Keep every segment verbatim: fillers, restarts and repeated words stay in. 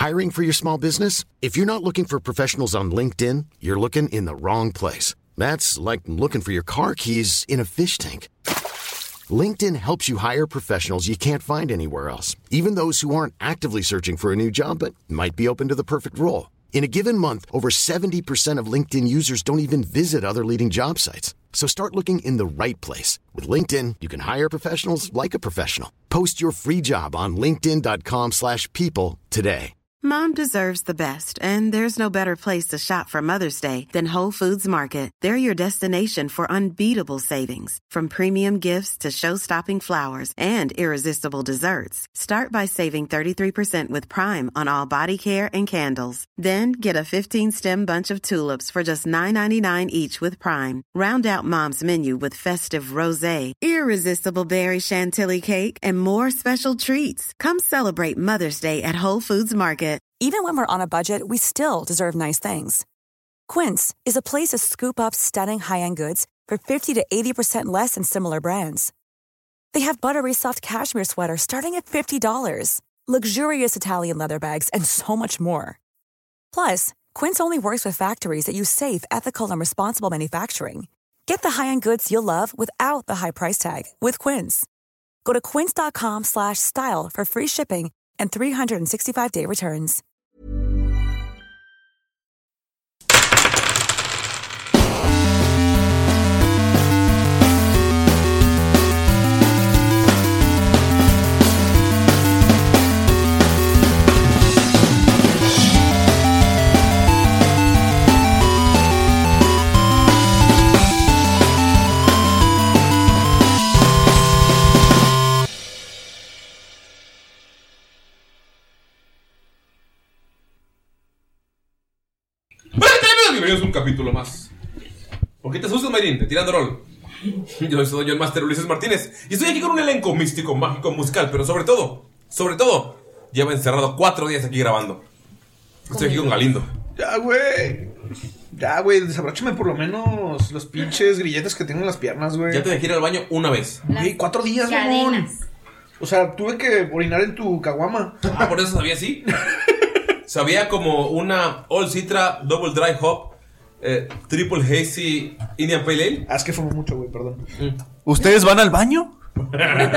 Hiring for your small business? If you're not looking for professionals on LinkedIn, you're looking in the wrong place. That's like looking for your car keys in a fish tank. LinkedIn helps you hire professionals you can't find anywhere else, even those who aren't actively searching for a new job but might be open to the perfect role. In a given month, over seventy percent of LinkedIn users don't even visit other leading job sites. So start looking in the right place. With LinkedIn, you can hire professionals like a professional. Post your free job on linkedin.com slash people today. Mom deserves the best, and there's no better place to shop for Mother's Day than Whole Foods Market. They're your destination for unbeatable savings, from premium gifts to show-stopping flowers and irresistible desserts. Start by saving thirty-three percent with Prime on all body care and candles. Then get a fifteen-stem bunch of tulips for just nine ninety-nine each with Prime. Round out Mom's menu with festive rosé, irresistible berry chantilly cake, and more special treats. Come celebrate Mother's Day at Whole Foods Market. Even when we're on a budget, we still deserve nice things. Quince is a place to scoop up stunning high-end goods for fifty to eighty percent less than similar brands. They have buttery soft cashmere sweaters starting at fifty dollars, luxurious Italian leather bags, and so much more. Plus, Quince only works with factories that use safe, ethical, and responsible manufacturing. Get the high-end goods you'll love without the high price tag with Quince. Go to quince.com slash style for free shipping and three sixty-five day returns. Bienvenidos a un capítulo más. ¿Por qué te asustas, Mayrin? Te tirando rol. Yo soy Doña el Máster Ulises Martínez y estoy aquí con un elenco místico, mágico, musical, pero sobre todo, sobre todo, lleva encerrado cuatro días aquí grabando. Estoy aquí con Galindo. Ya, güey. Ya, güey, desabróchame por lo menos los pinches grilletes que tengo en las piernas, güey. Ya te dejé ir al baño una vez. Güey, cuatro días, mamón. O sea, tuve que orinar en tu caguama. Ah, por eso sabía así. Sabía como una All Citra Double Dry Hop eh, Triple Hazy Indian Pale Ale. Ah, es que fumé mucho, güey, perdón. Mm. ¿Ustedes van al baño? Un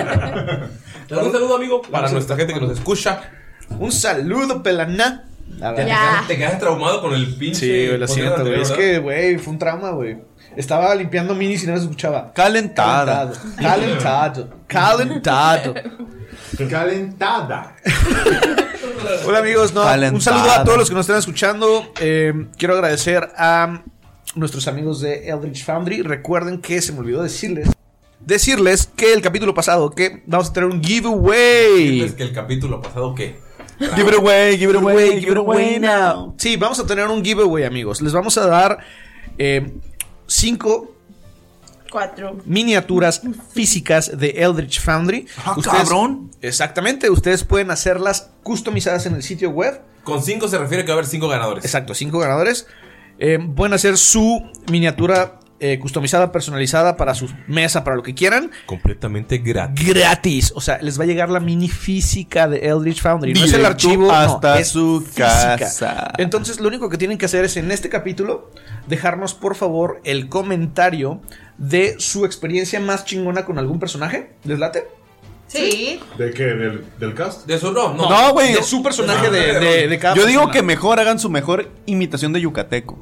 saludo, amigo, para nuestra gente que nos escucha. Un saludo, pelaná. Te, ya. te quedaste traumado con el pinche. Sí, güey, lo siento, güey. Es que, güey, fue un trauma, güey. Estaba limpiando minis y no se escuchaba. Calentado. Calentado. Calentado. Calentada. Hola, amigos. No, un saludo a todos los que nos están escuchando. Eh, quiero agradecer a nuestros amigos de Eldritch Foundry. Recuerden que se me olvidó decirles Decirles que el capítulo pasado que vamos a tener un giveaway. ¿Decirles que el capítulo pasado qué? Give it away, give it away, give it away now. Sí, vamos a tener un giveaway, amigos. Les vamos a dar eh, cinco Cuatro miniaturas físicas de Eldritch Foundry. Ah, ustedes, cabrón. Exactamente, ustedes pueden hacerlas customizadas en el sitio web. Con cinco se refiere que va a haber cinco ganadores. Exacto, cinco ganadores. eh, Pueden hacer su miniatura eh, customizada, personalizada para su mesa, para lo que quieran. Completamente gratis. Gratis, o sea, les va a llegar la mini física de Eldritch Foundry. Directo no es el archivo, hasta no, es su física. casa. Entonces, lo único que tienen que hacer es en este capítulo dejarnos, por favor, el comentario de su experiencia más chingona con algún personaje. ¿Les late? Sí. ¿De qué? ¿Del, del cast? De su no, No, No, güey. de su personaje No, de, de, de cada Yo digo persona. que mejor hagan su mejor imitación de yucateco.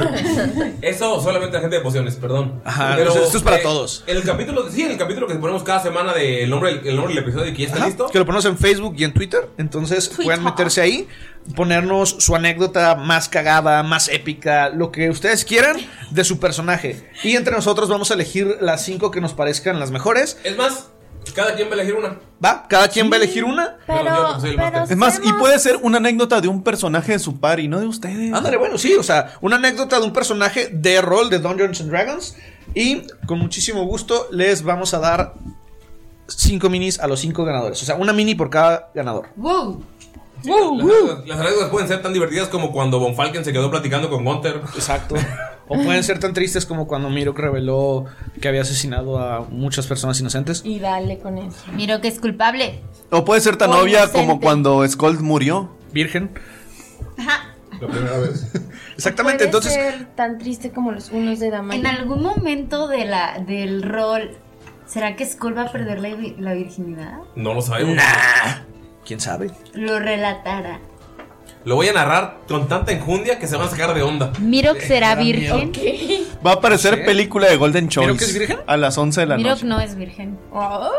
Eso solamente la gente de pociones, perdón. Ajá, esto es para eh, todos. El capítulo, sí, el capítulo que ponemos cada semana de el nombre, el nombre del episodio y que ya está Ajá, listo. que lo ponemos en Facebook y en Twitter. Entonces Twitter. pueden meterse ahí, ponernos su anécdota más cagada, más épica, lo que ustedes quieran de su personaje. Y entre nosotros vamos a elegir las cinco que nos parezcan las mejores. Es más, cada quien va a elegir una. ¿Va? Cada quien va a elegir una. Pero, Yo, yo soy el pero máster. Es más, y seamos- puede ser una anécdota de un personaje de su par y no de ustedes. Ándale, bueno, sí, o sea, una anécdota de un personaje de rol de Dungeons and Dragons. Y con muchísimo gusto les vamos a dar cinco minis a los cinco ganadores. O sea, una mini por cada ganador. Wow. Sí, las, las anécdotas pueden ser tan divertidas como cuando Von Falken se quedó platicando con Gunter. Exacto. O pueden ser tan tristes como cuando Mirok reveló que había asesinado a muchas personas inocentes. Y dale con eso. Miro que es culpable. O puede ser tan O obvia inocente. como cuando Skold murió. virgen. Ajá. La primera vez. Exactamente, ¿Puede entonces. ser tan triste como los unos de Damaya? En algún momento de la, del rol, ¿será que Skull va a perder la, vi- la virginidad? No lo sabemos. Nah. ¿Quién sabe? Lo relatara. Lo voy a narrar con tanta enjundia que se van a sacar de onda. Mirok será virgen. Va a aparecer película de Golden Choice. ¿Mirok es virgen? A las once de la Mirok noche. no es virgen. No,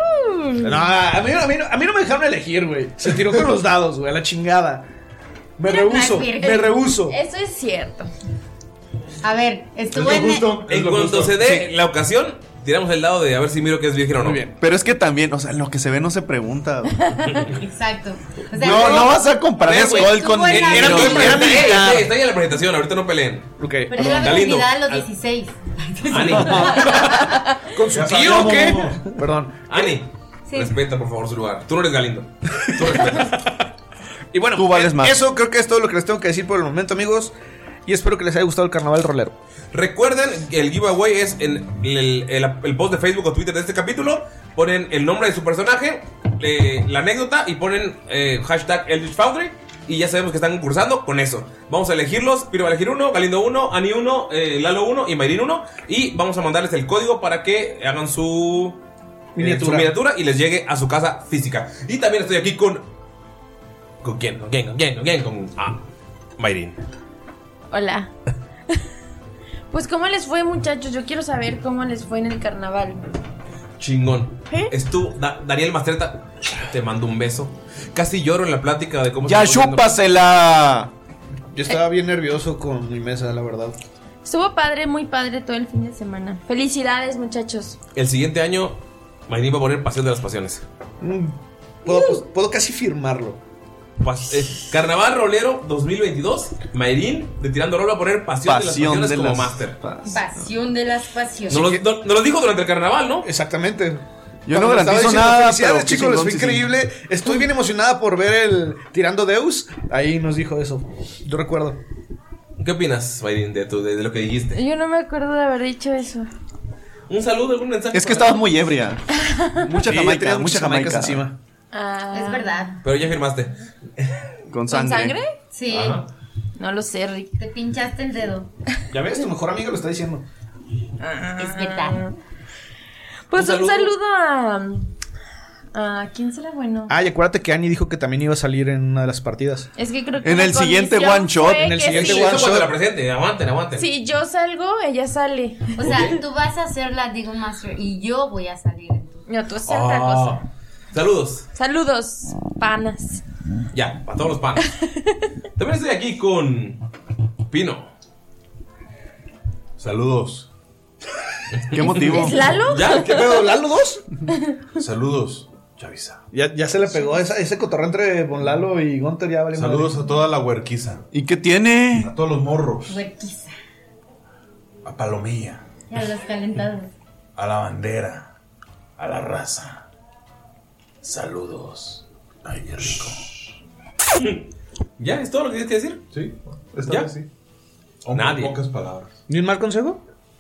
a mí, a, mí, no- a mí no me dejaron elegir, güey. Se tiró con los dados, güey, a la chingada. Me Mirok no rehuso, es virgen. me rehuso. Eso es cierto. A ver, estuvo Es en. lo justo. En Es lo cuanto justo. se dé la ocasión, tiramos el dado de a ver si miro que es virgen o no. Muy bien. Pero es que también, o sea, lo que se ve no se pregunta. güey. Exacto. O sea, No, no vas a comparar A ver, güey, Skull con estuvo en la- Era, Mirok. era, era, militar. está ahí en la presentación, ahorita no peleen. Ok. Pero es la Galindo. virginidad a los Al- dieciséis. Ani, ¿Con su Ya tío o qué? sabíamos. Perdón. Ani, Sí. respeta por favor su lugar. Tú no eres Galindo. Tú respetas. Y bueno, Tú vales eh, más. eso creo que es todo lo que les tengo que decir por el momento, amigos. Y espero que les haya gustado el carnaval rolero. Recuerden que el giveaway es en el, el- el post de Facebook o Twitter de este capítulo. Ponen el nombre de su personaje, eh, la anécdota y ponen eh, hashtag Eldritch Foundry. Y ya sabemos que están concursando con eso. Vamos a elegirlos. Piro va a elegir uno, Galindo uno, Ani uno, eh, Lalo uno y Mayrin uno. Y vamos a mandarles el código para que hagan su eh, Miniatura. su miniatura y les llegue a su casa física. Y también estoy aquí con. ¿Con quién? ¿Con quién? ¿Con quién? ¿Con quién? Con. Ah, Mayrin. Hola. Pues cómo les fue, muchachos. Yo quiero saber cómo les fue en el carnaval. Chingón. ¿Eh? Estuvo Da- Daniel Mastreta, te mando un beso. Casi lloro en la plática de cómo ¡Ya se está poniendo- chúpasela! Yo estaba bien nervioso con mi mesa, la verdad. Estuvo padre, muy padre todo el fin de semana. Felicidades, muchachos. El siguiente año, Mayrin va a poner Pasión de las Pasiones. Mm, Puedo, pues, puedo casi firmarlo. Pas- eh, Carnaval Rolero dos mil veintidós. Mayrin de Tirando Rol va a poner Pasión, Pasión de las Pasiones de como las máster. pas- Pasión de las pasiones. Nos lo, no- nos lo dijo durante el carnaval, ¿no? Exactamente. Yo no Cuando estaba garantizo diciendo, nada, Felicidades, pero qué chicos, les fue chingón, sí, sí. increíble. Estoy bien emocionada por ver el Tirando Deus. Ahí nos dijo eso. Yo recuerdo. ¿Qué opinas, Mayrin, de, tu- de, de lo que dijiste? Yo no me acuerdo de haber dicho eso. Un saludo, algún mensaje. Es que para- estabas muy ebria. Mucha Sí, jamaica, tenías mucha muchas jamaicas jamaica. encima. Ah, Es verdad. Pero ya firmaste. Con ¿Con sangre. sangre? Sí. Ajá. No lo sé, Rick. Te pinchaste el dedo. Ya ves, tu mejor amigo lo está diciendo. Es verdad. Pues Un un saludo. saludo a. ¿A quién será bueno? Ah, y acuérdate que Annie dijo que también iba a salir en una de las partidas. Es que creo que En la el siguiente condición one shot, fue en el que siguiente si- one Eso cuando shot. la presente. Aguanten, aguanten. Si yo salgo, ella sale. O sea, tú vas a hacer la Digo Master y yo voy a salir en tu. No, tú haces otra cosa. Ah. Saludos. Saludos, panas. Ya, para todos los panes. También estoy aquí con Pino. Saludos. ¿Qué motivo? ¿Es Lalo? ¿Ya? ¿Qué pedo? ¿Lalo dos? Saludos, Chavisa. Ya, ya se le pegó esa, ese cotorreo entre Bon Lalo y Gunter. Ya vale Saludos madre. a toda la huerquiza. ¿Y qué tiene? A todos los morros. Huerquiza. A Palomilla. Y a los calentados. A la bandera. A la raza. Saludos. Ay, qué rico. ¿Ya? ¿Es todo lo que tienes que decir? Sí, esta ¿Ya? vez sí. O Nadie. pocas palabras. ¿Ni un mal consejo?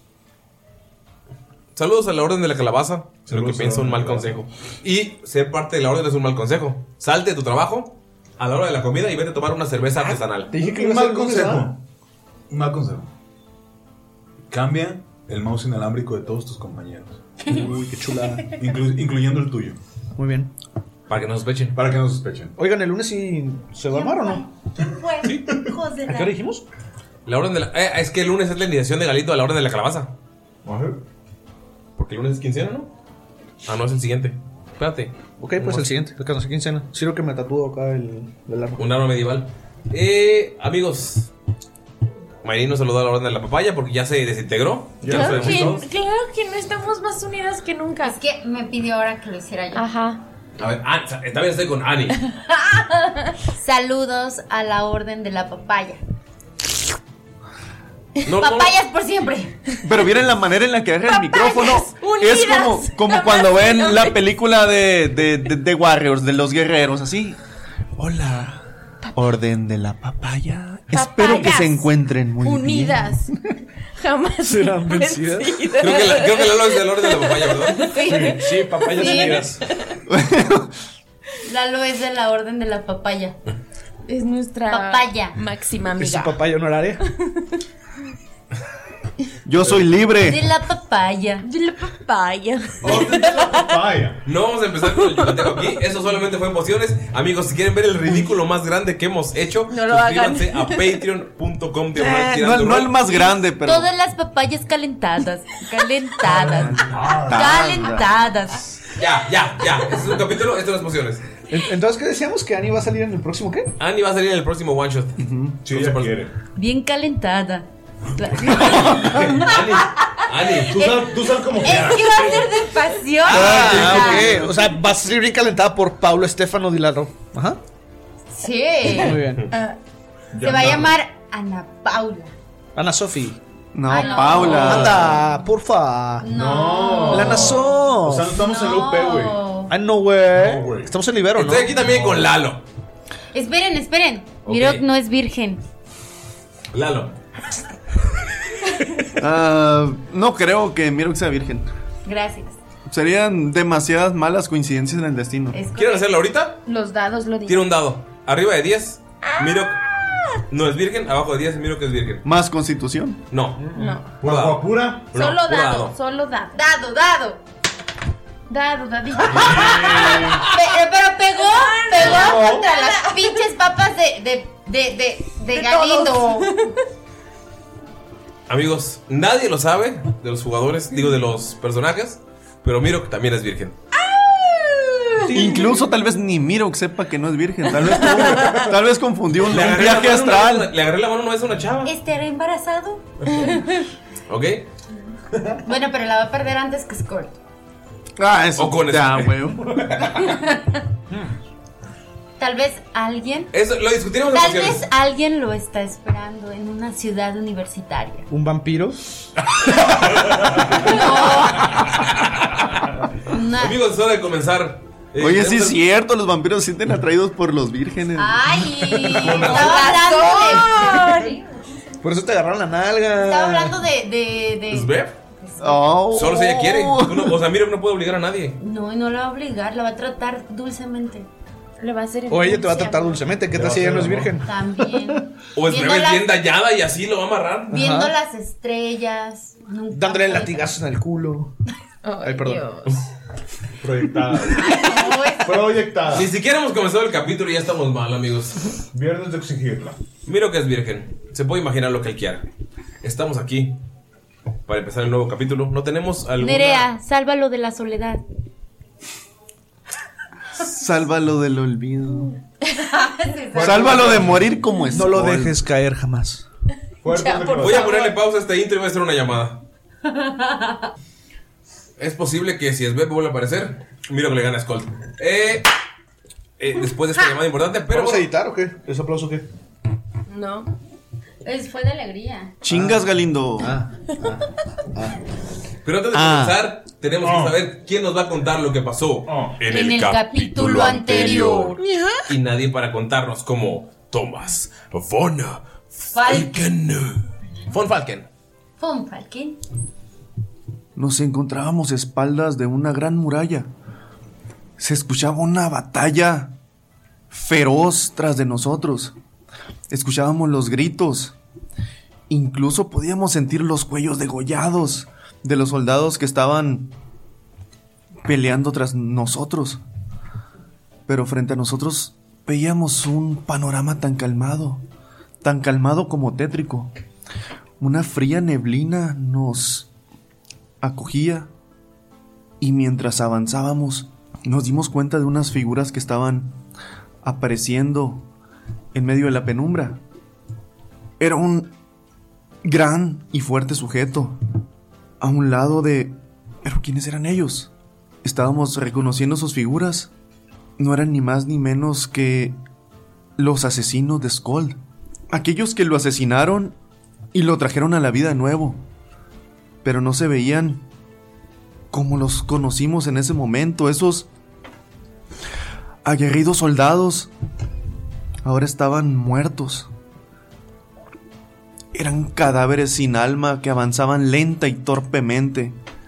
Saludos a la Orden de la Calabaza. Lo que Saludos a piensa la un mal Orden de la consejo. Y ser parte de la Orden es un mal consejo. Salte de tu trabajo a la hora de la comida y vete a tomar una cerveza artesanal. Te dije que Un iba a mal ser consejo. Un mal consejo. Cambia el mouse inalámbrico de todos tus compañeros. Uy, qué chulada. Inclu- incluyendo el tuyo. Muy bien. Para que no sospechen. Para que no sospechen. Oigan, ¿el lunes sí se va a armar o no? ¿Quién fue? Hijos de ¿A la- qué hora dijimos? La Orden de la... Eh, es que el lunes es la iniciación de Galito a la Orden de la Calabaza. Ajá. Porque el lunes es quincena, ¿no? Ah, no, es el siguiente. Espérate. Ok, pues el siguiente. El que no sé quincena. Sirve que me tatúo acá el, el arma. Un arma medieval. Eh, amigos. Mayrin nos saludó a la Orden de la Papaya porque ya se desintegró. Ya Claro nos que, vemos todos. claro que no estamos más unidas que nunca. Es que me pidió ahora que lo hiciera yo. Ajá. A ver, ah, esta vez estoy con Ani. Saludos a la Orden de la Papaya. No, no, Papayas por siempre. Pero miren la manera en la que agarra el micrófono. unidas, Es como, como jamás cuando ven se la ven. película de, de, de, de Warriors, de los guerreros, así. Hola, Orden de la Papaya. Espero que Papayas se encuentren muy unidas. Jamás ¿Serán vencidas? vencidas. Creo que, la, creo que Lalo es de la Orden de la Papaya, ¿verdad? Sí. Sí, papayas Sí. unidas. Lalo es de la Orden de la Papaya. Es nuestra Papaya. máxima ¿Es amiga. su papaya honoraria? Yo soy libre. De la papaya. De la papaya. Papaya. No vamos a empezar con el yucateco aquí. Eso solamente fue emociones. Amigos, si quieren ver el ridículo más grande que hemos hecho, No lo hagan. suscríbanse a patreon punto com. Eh, no, no el más grande, pero. Todas las papayas calentadas. Calentadas. Calentadas. Ya, ya, ya. Este es un capítulo, esto es las emociones. Entonces, ¿qué decíamos? ¿Que Annie va a salir en el próximo qué? Annie va a salir en el próximo one shot. Sí, ella quiere. Bien calentada. Annie, Tú sal, tú sal como Es quieras. que va a ser de pasión. Ah, ok. O sea, va a salir bien calentada por Paulo Estefano Dilaro. Ajá. Sí. Muy bien. Ah, se va a llamar Ana Paula. Ana Sofi. No, Ay, no. Paula. Anda, porfa. No. La Ana O Sof. sea, no estamos en la U P, güey. Ah, no, güey. No, güey. Estamos en Libero, ¿no? estoy aquí también con Lalo. Esperen, esperen. Ok. Mirok no es virgen. Lalo. Ah, no creo que Mirok sea virgen. Gracias. Serían demasiadas malas coincidencias en el destino. Es ¿Quieren correcto. hacerlo ahorita? Los dados lo Tira dicen. un dado. Arriba de diez, Mirok no es virgen. Abajo de diez, Mirok es virgen. Más constitución. No. No. Puro dado. Guapura. No, Solo puro dado, solo dado. Dado, dado. Dado, dadito. Pe- pero pegó, pegó contra las pinches papas de, de, de, de, de De Galindo. Amigos, nadie lo sabe de los jugadores, digo de los personajes, pero Mirok también es virgen. Incluso tal vez ni Mirok sepa que no es virgen. Tal vez, tal vez confundió un, Le un agarré la viaje mano, no es astral. una- le agarré la mano, no es una chava. ¿Estará embarazado? ¿Ok? Bueno, pero la va a perder antes que Skull. Ah, eso. O con ya, eso. güey. Tal vez alguien, Eso lo discutiremos en tal emociones. vez alguien lo está esperando en una ciudad universitaria. ¿Un vampiro? Una- Amigos, es hora de comenzar. Eh, Oye, sí es tenemos- cierto, los vampiros se sienten atraídos por los vírgenes. Ay, estaba hablando de, Por eso te agarraron la nalga. estaba hablando de, de, de- ¿Es Bev? Oh. Solo si ella quiere. Tú no- o sea, Mirok no puede obligar a nadie. No, y no la va a obligar, la va a tratar dulcemente. Le va a hacer O ella te va a dulce tratar amor. dulcemente. ¿Qué Te tal va si a ella no es hacer virgen? También. O es Viendo Bev las- bien dañada y así lo va a amarrar. Viendo Ajá. las estrellas. nunca Dándole falta. latigazos en el culo. Ay, perdón. Dios. Proyectada. No, es- Proyectada. Ni siquiera hemos comenzado el capítulo y ya estamos mal, amigos. Viernes de exigirla. Mirok es virgen. Se puede imaginar lo que él quiera. Estamos aquí para empezar el nuevo capítulo. No tenemos alguna... Nerea, sálvalo de la soledad. Sálvalo del olvido. Sálvalo de morir como es. No lo dejes caer jamás. Fuertes Ya, por Voy a favor. ponerle pausa a este intro y voy a hacer una llamada. Es posible que si Sveb vuelve a aparecer, miro que le gana a Skull. Eh, eh, después de esta llamada importante, pero ¿Vamos a bueno, editar o qué? ¿Ese aplauso qué? No. Es, fue de alegría. Chingas, Galindo. Ah. pero antes de Ah. comenzar, tenemos Oh. que saber quién nos va a contar lo que pasó Oh. en, En el capítulo anterior. Y nadie para contarnos como Thomas von Falken. Falken. Von Falken. Von Falken. Nos encontrábamos a espaldas de una gran muralla. Se escuchaba una batalla feroz tras de nosotros. Escuchábamos los gritos. Incluso podíamos sentir los cuellos degollados de los soldados que estaban peleando tras nosotros. Pero frente a nosotros veíamos un panorama tan calmado, tan calmado como tétrico. Una fría neblina nos acogía y mientras avanzábamos nos dimos cuenta de unas figuras que estaban apareciendo en medio de la penumbra. Era un gran y fuerte sujeto a un lado de... ¿Pero quiénes eran ellos? Estábamos reconociendo sus figuras. No eran ni más ni menos que los asesinos de Skull. Aquellos que lo asesinaron y lo trajeron a la vida de nuevo. Pero no se veían como los conocimos en ese momento. Esos aguerridos soldados ahora estaban muertos. Eran cadáveres sin alma que avanzaban lenta y torpemente,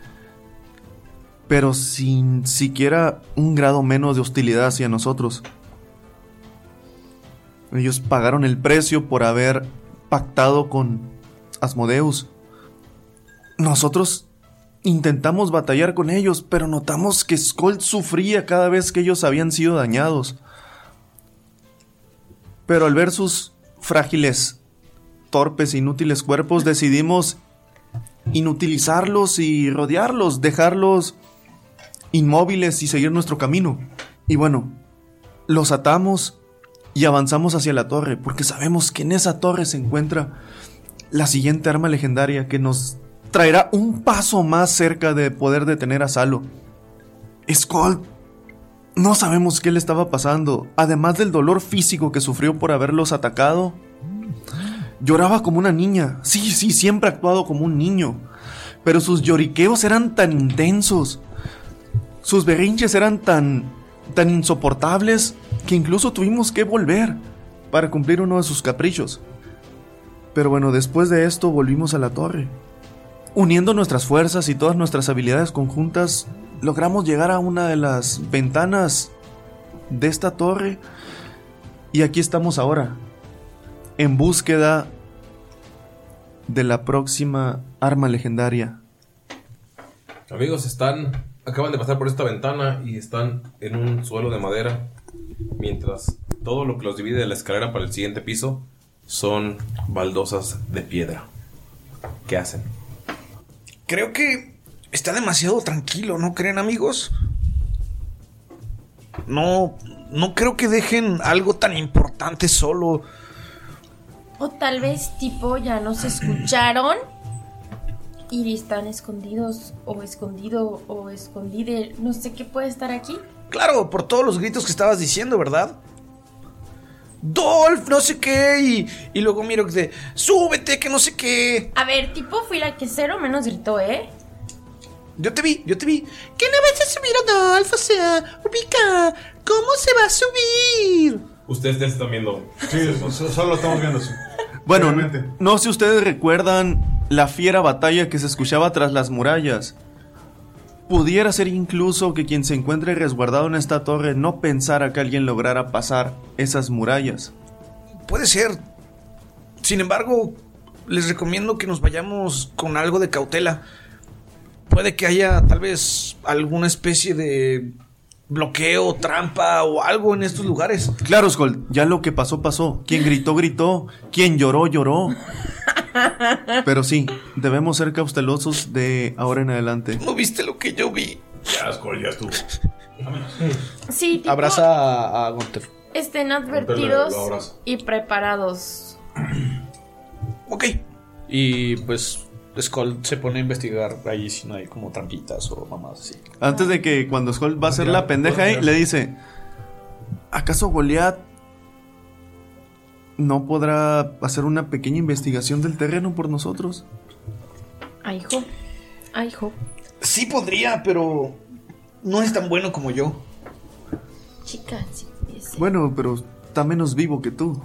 pero sin siquiera un grado menos de hostilidad hacia nosotros. Ellos pagaron el precio por haber pactado con Asmodeus. Nosotros intentamos batallar con ellos, pero notamos que Skoll sufría cada vez que ellos habían sido dañados. Pero al ver sus frágiles, torpes, inútiles cuerpos, decidimos inutilizarlos y rodearlos, dejarlos inmóviles y seguir nuestro camino. Y bueno, los atamos y avanzamos hacia la torre, porque sabemos que en esa torre se encuentra la siguiente arma legendaria que nos traerá un paso más cerca de poder detener a Salo. Skoll, no sabemos qué le estaba pasando. Además del dolor físico que sufrió por haberlos atacado, lloraba como una niña. Sí, sí, siempre ha actuado como un niño. Pero sus lloriqueos eran tan intensos, sus berrinches eran tan, tan insoportables, que incluso tuvimos que volver para cumplir uno de sus caprichos. Pero bueno, después de esto volvimos a la torre. Uniendo nuestras fuerzas y todas nuestras habilidades conjuntas, logramos llegar a una de las ventanas de esta torre. Y aquí estamos ahora, en búsqueda de la próxima arma legendaria. Amigos, están... acaban de pasar por esta ventana y están en un suelo de madera, mientras todo lo que los divide de la escalera para el siguiente piso son baldosas de piedra. ¿Qué hacen? Creo que está demasiado tranquilo, ¿no creen, amigos? No, no creo que dejen algo tan importante solo. O tal vez tipo ya nos escucharon y están escondidos o escondido o escondide. No sé qué puede estar aquí. Claro, por todos los gritos que estabas diciendo, ¿verdad? Dolph, no sé qué, y, y luego miro que de, súbete, que no sé qué. A ver, tipo fui la que cero menos gritó, ¿eh? Yo te vi, yo te vi. ¿Qué no vas a subir a Dolph? O sea, ubica, ¿cómo se va a subir? Ustedes ya están viendo. Sí, solo lo estamos viendo, sí. Bueno, Obviamente. no sé si ustedes recuerdan la fiera batalla que se escuchaba tras las murallas. Pudiera ser incluso que quien se encuentre resguardado en esta torre no pensara que alguien lograra pasar esas murallas. Puede ser. Sin embargo, les recomiendo que nos vayamos con algo de cautela. Puede que haya tal vez alguna especie de bloqueo, trampa o algo en estos lugares. Claro, Skoll, ya lo que pasó, pasó. Quien gritó, gritó. Quien lloró, lloró. Pero sí, debemos ser cautelosos de ahora en adelante. ¿No viste lo que yo vi? Ya, Skoll, ya estuvo. Sí, tipo, abraza a, a Gunther. Estén advertidos y preparados. Ok. Y pues Skoll se pone a investigar ahí si no hay como trampitas o mamadas así. Antes de que cuando Skoll va a hacer la pendeja ahí, le dice: ¿acaso Goliath no podrá hacer una pequeña investigación del terreno por nosotros? Ay, hijo. Ay, hijo. Sí podría, pero no es tan bueno como yo. Chica, sí pudiese. Bueno, pero está menos vivo que tú.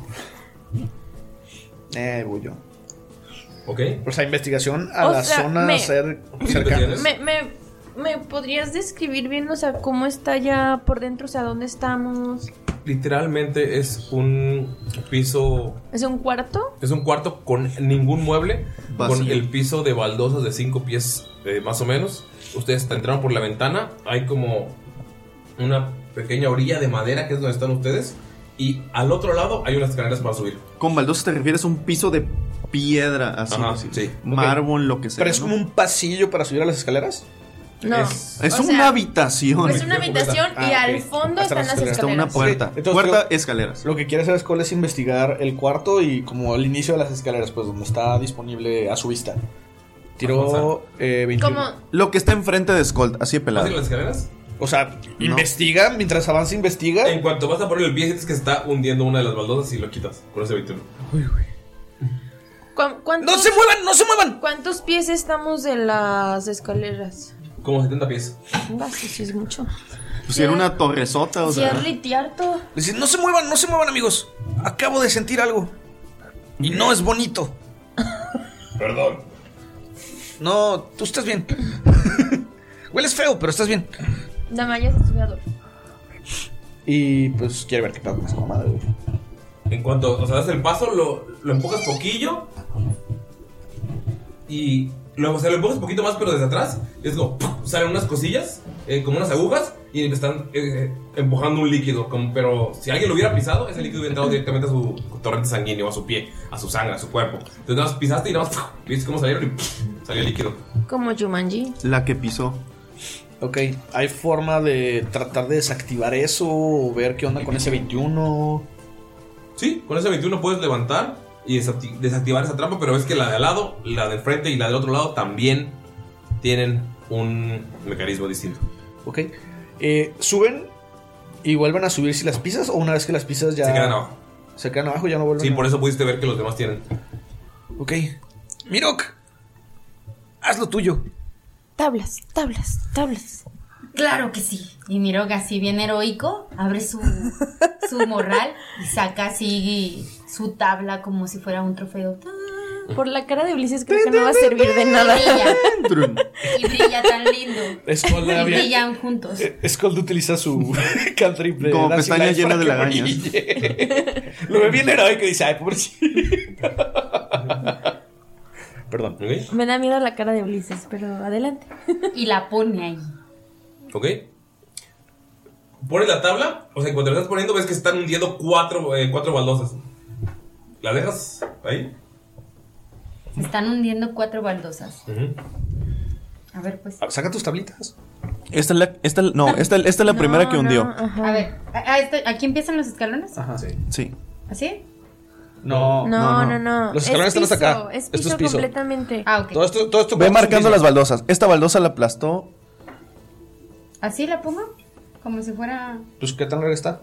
Eh, voy yo. Ok. O sea, investigación a O las sea, zonas me- cer- cercanas. ¿Me, me, ¿Me podrías describir bien, o sea, cómo está ya por dentro, o sea, dónde estamos? Literalmente es un piso. ¿Es un cuarto? Es un cuarto con ningún mueble, Vacío. con el piso de baldosas de cinco pies eh, más o menos. Ustedes entraron por la ventana, hay como una pequeña orilla de madera que es donde están ustedes, y al otro lado hay unas escaleras para subir. Con baldosas te refieres a un piso de piedra, así, Ajá, así. sí. Mármol, lo que sea. Pero es ¿no? como un pasillo para subir a las escaleras. No. Es- Es O una sea, habitación. Es una habitación y Ah, al ok. fondo Hasta están las las escaleras. Está una escaleras. puerta. Sí, entonces Puerta, creo- escaleras. Lo que quiere hacer Skoll es investigar el cuarto y como el inicio de las escaleras, pues donde está disponible a su vista. Tiró eh, veintiuno. Como, Lo que está enfrente de Skoll, así de pelado. ¿Vas a ir a las escaleras? O sea, investiga, mientras avanza investiga. En cuanto vas a poner el pie, sientes que se está hundiendo una de las baldosas y lo quitas con ese veintiuno. ¿cu- cuántos, ¡No se muevan, no se muevan! ¿Cuántos pies estamos de las escaleras? Como setenta pies. Va, sí, sí es mucho. Pues si era una torresota, o Si sea. es ritiarto. Dice, no se muevan, no se muevan, amigos. Acabo de sentir algo. Y no es bonito. Perdón. No, tú estás bien. Hueles feo, pero estás bien. Damaya se sube a dormir. Y pues quiere ver qué pasa con esa mamada, güey. En cuanto, o sea, das el paso, lo, lo empujas poquillo. Y luego, o sea, lo empujas un poquito más, pero desde atrás. Y es como, ¡pum! Salen unas cosillas, eh, como unas agujas. Y están eh, empujando un líquido. Como, pero si alguien lo hubiera pisado, ese líquido hubiera entrado directamente a su torrente sanguíneo, a su pie, a su sangre, a su cuerpo. Entonces nada más pisaste y nada más, ¡pum! ¿Viste cómo salieron? Y ¡pum! Salió el líquido. Como Jumanji. La que pisó. Ok, ¿hay forma de tratar de desactivar eso o ver qué onda con ese veintiuno? Sí, con ese veintiuno puedes levantar y desacti- desactivar esa trampa, pero es que la de al lado, la del frente y la del otro lado también tienen un mecanismo distinto. Ok, eh, ¿suben y vuelven a subir si las pisas o una vez que las pisas ya... Se quedan abajo. Se quedan abajo y ya no vuelven Sí, a... por eso pudiste ver que los demás tienen. Ok, Mirok, haz lo tuyo. Tablas, tablas, tablas. Claro que sí. Y Mirok así bien heroico, abre su, su morral y saca así su tabla como si fuera un trofeo. Por la cara de Ulises creo que no va a servir de nada. Y brilla, y brilla tan lindo. Skull Y había- brillan juntos. Eh, Skull utiliza su cantrip de Como Dancing pestaña Lights llena para de que lagañas. brille. Lo ve bien heroico y dice, ay, pobrecito. Perdón. ¿Ok? Me da miedo la cara de Ulises, pero adelante. Y la pone ahí. ¿Ok? Pones la tabla, o sea, en cuanto la estás poniendo ves que se están hundiendo cuatro, eh, cuatro baldosas. ¿La dejas ahí? Se están hundiendo cuatro baldosas. Ujú. A ver, pues. Saca tus tablitas. Esta es la, esta, no, esta, esta es la primera que hundió. A ver, ¿a- a este- ¿aquí empiezan los escalones? Ajá. Sí. Sí. ¿Así? No, No, no, no. Los escalones Es están hasta piso, acá. Es Esto piso, es piso. completamente. Ah, ok. Todo esto, todo esto Ve es marcando piso. las baldosas. Esta baldosa la aplastó. ¿Así la pongo? Como si fuera... Pues, ¿qué tan larga está?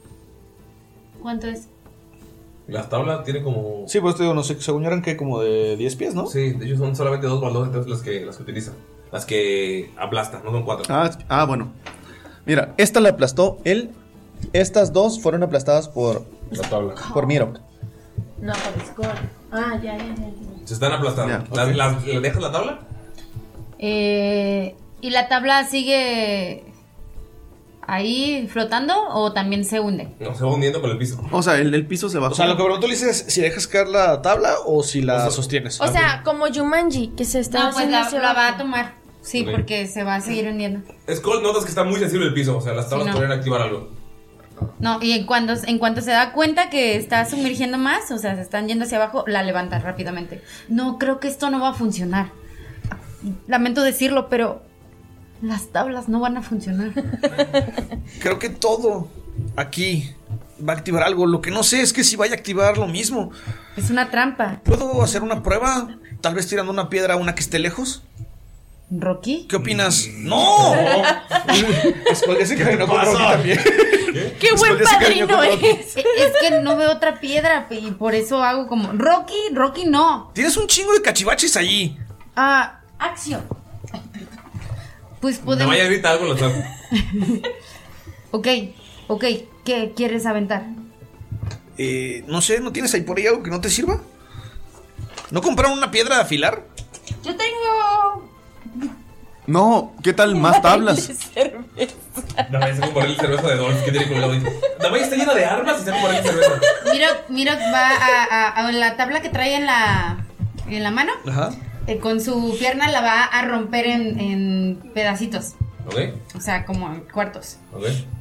¿Cuánto es? La tabla tiene como... Sí, pues te digo, no sé, según eran que como de diez pies, ¿no? Sí, de hecho son solamente dos baldosas entonces las que, las que utilizan. Las que aplastan, no son cuatro. Ah, ah, bueno. Mira, esta la aplastó él. Estas dos fueron aplastadas por, La tabla. por Mirok. No, por Skull. Ah, ya, ya, ya. Se están aplastando. Ya, ¿Las- ok. las- ¿Le dejas la tabla? Eh, ¿Y la tabla sigue ahí flotando o también se hunde? No, se va hundiendo con el piso. O sea, el, el piso se bajó. O sea, lo que pregunto Ulises es si dejas caer la tabla o si la O sea, sostienes. O sea, como Jumanji, que se está No, pues haciendo la, hacia la va a abajo. tomar. Sí, Ok. porque se va a seguir hundiendo. Skull, notas que está muy sensible el piso. O sea, las tablas Sí, no. podrían activar algo. No, y en cuanto, en cuanto se da cuenta que está sumergiendo más, o sea, se están yendo hacia abajo, la levanta rápidamente. No, creo que esto no va a funcionar. Lamento decirlo, pero las tablas no van a funcionar. Creo que todo aquí va a activar algo. Lo que no sé es que si vaya a activar lo mismo. Es una trampa. ¿Puedo hacer una prueba? Tal vez tirando una piedra a una que esté lejos. ¿Rocky? ¿Qué opinas? ¡No! Es porque se caminó con Rocky también. ¡Qué buen Skull ya se cariñó padrino con Rocky. eres! E- Es que no veo otra piedra y por eso hago como Rocky, Rocky no. Tienes un chingo de cachivaches allí. Ah, Acción. pues Te podemos. vaya a gritar algo, lo Ok, ok, ¿qué quieres aventar? Eh, no sé, ¿no tienes ahí por ahí algo que no te sirva? ¿No compraron una piedra de afilar? Yo tengo. No, ¿qué tal más tablas? Damaya saca un barril de cerveza de Dolph que tiene colgado. Damaya está llena de armas y saca un barril de cerveza. Miro, Miro va a, a- a la tabla que trae en la, en la mano. Ajá. eh, con su pierna la va a romper en, en pedacitos. Ok, O sea, como en cuartos. ok.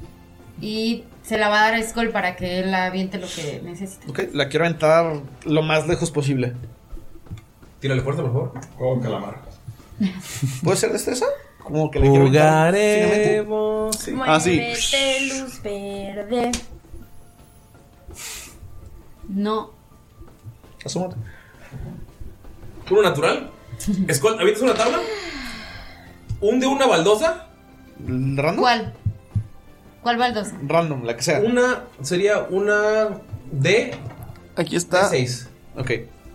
Y se la va a dar a Skull para que él la aviente lo que necesite. Ok, la quiero aventar lo más lejos posible. Tírale fuerza, por favor. Juego calamar. ¿Puede ser destreza? Como que le quiero aventar finamente. Jugaremos. Sí. Ah, sí. Muévete, luz verde. No. Asómate. Uno natural. Skull, ¿avientas una tabla? Hunde una baldosa. ¿Random? ¿Cuál? ¿Cuál baldosa? Random, la que sea. Una sería una de Aquí está. seis. Ok.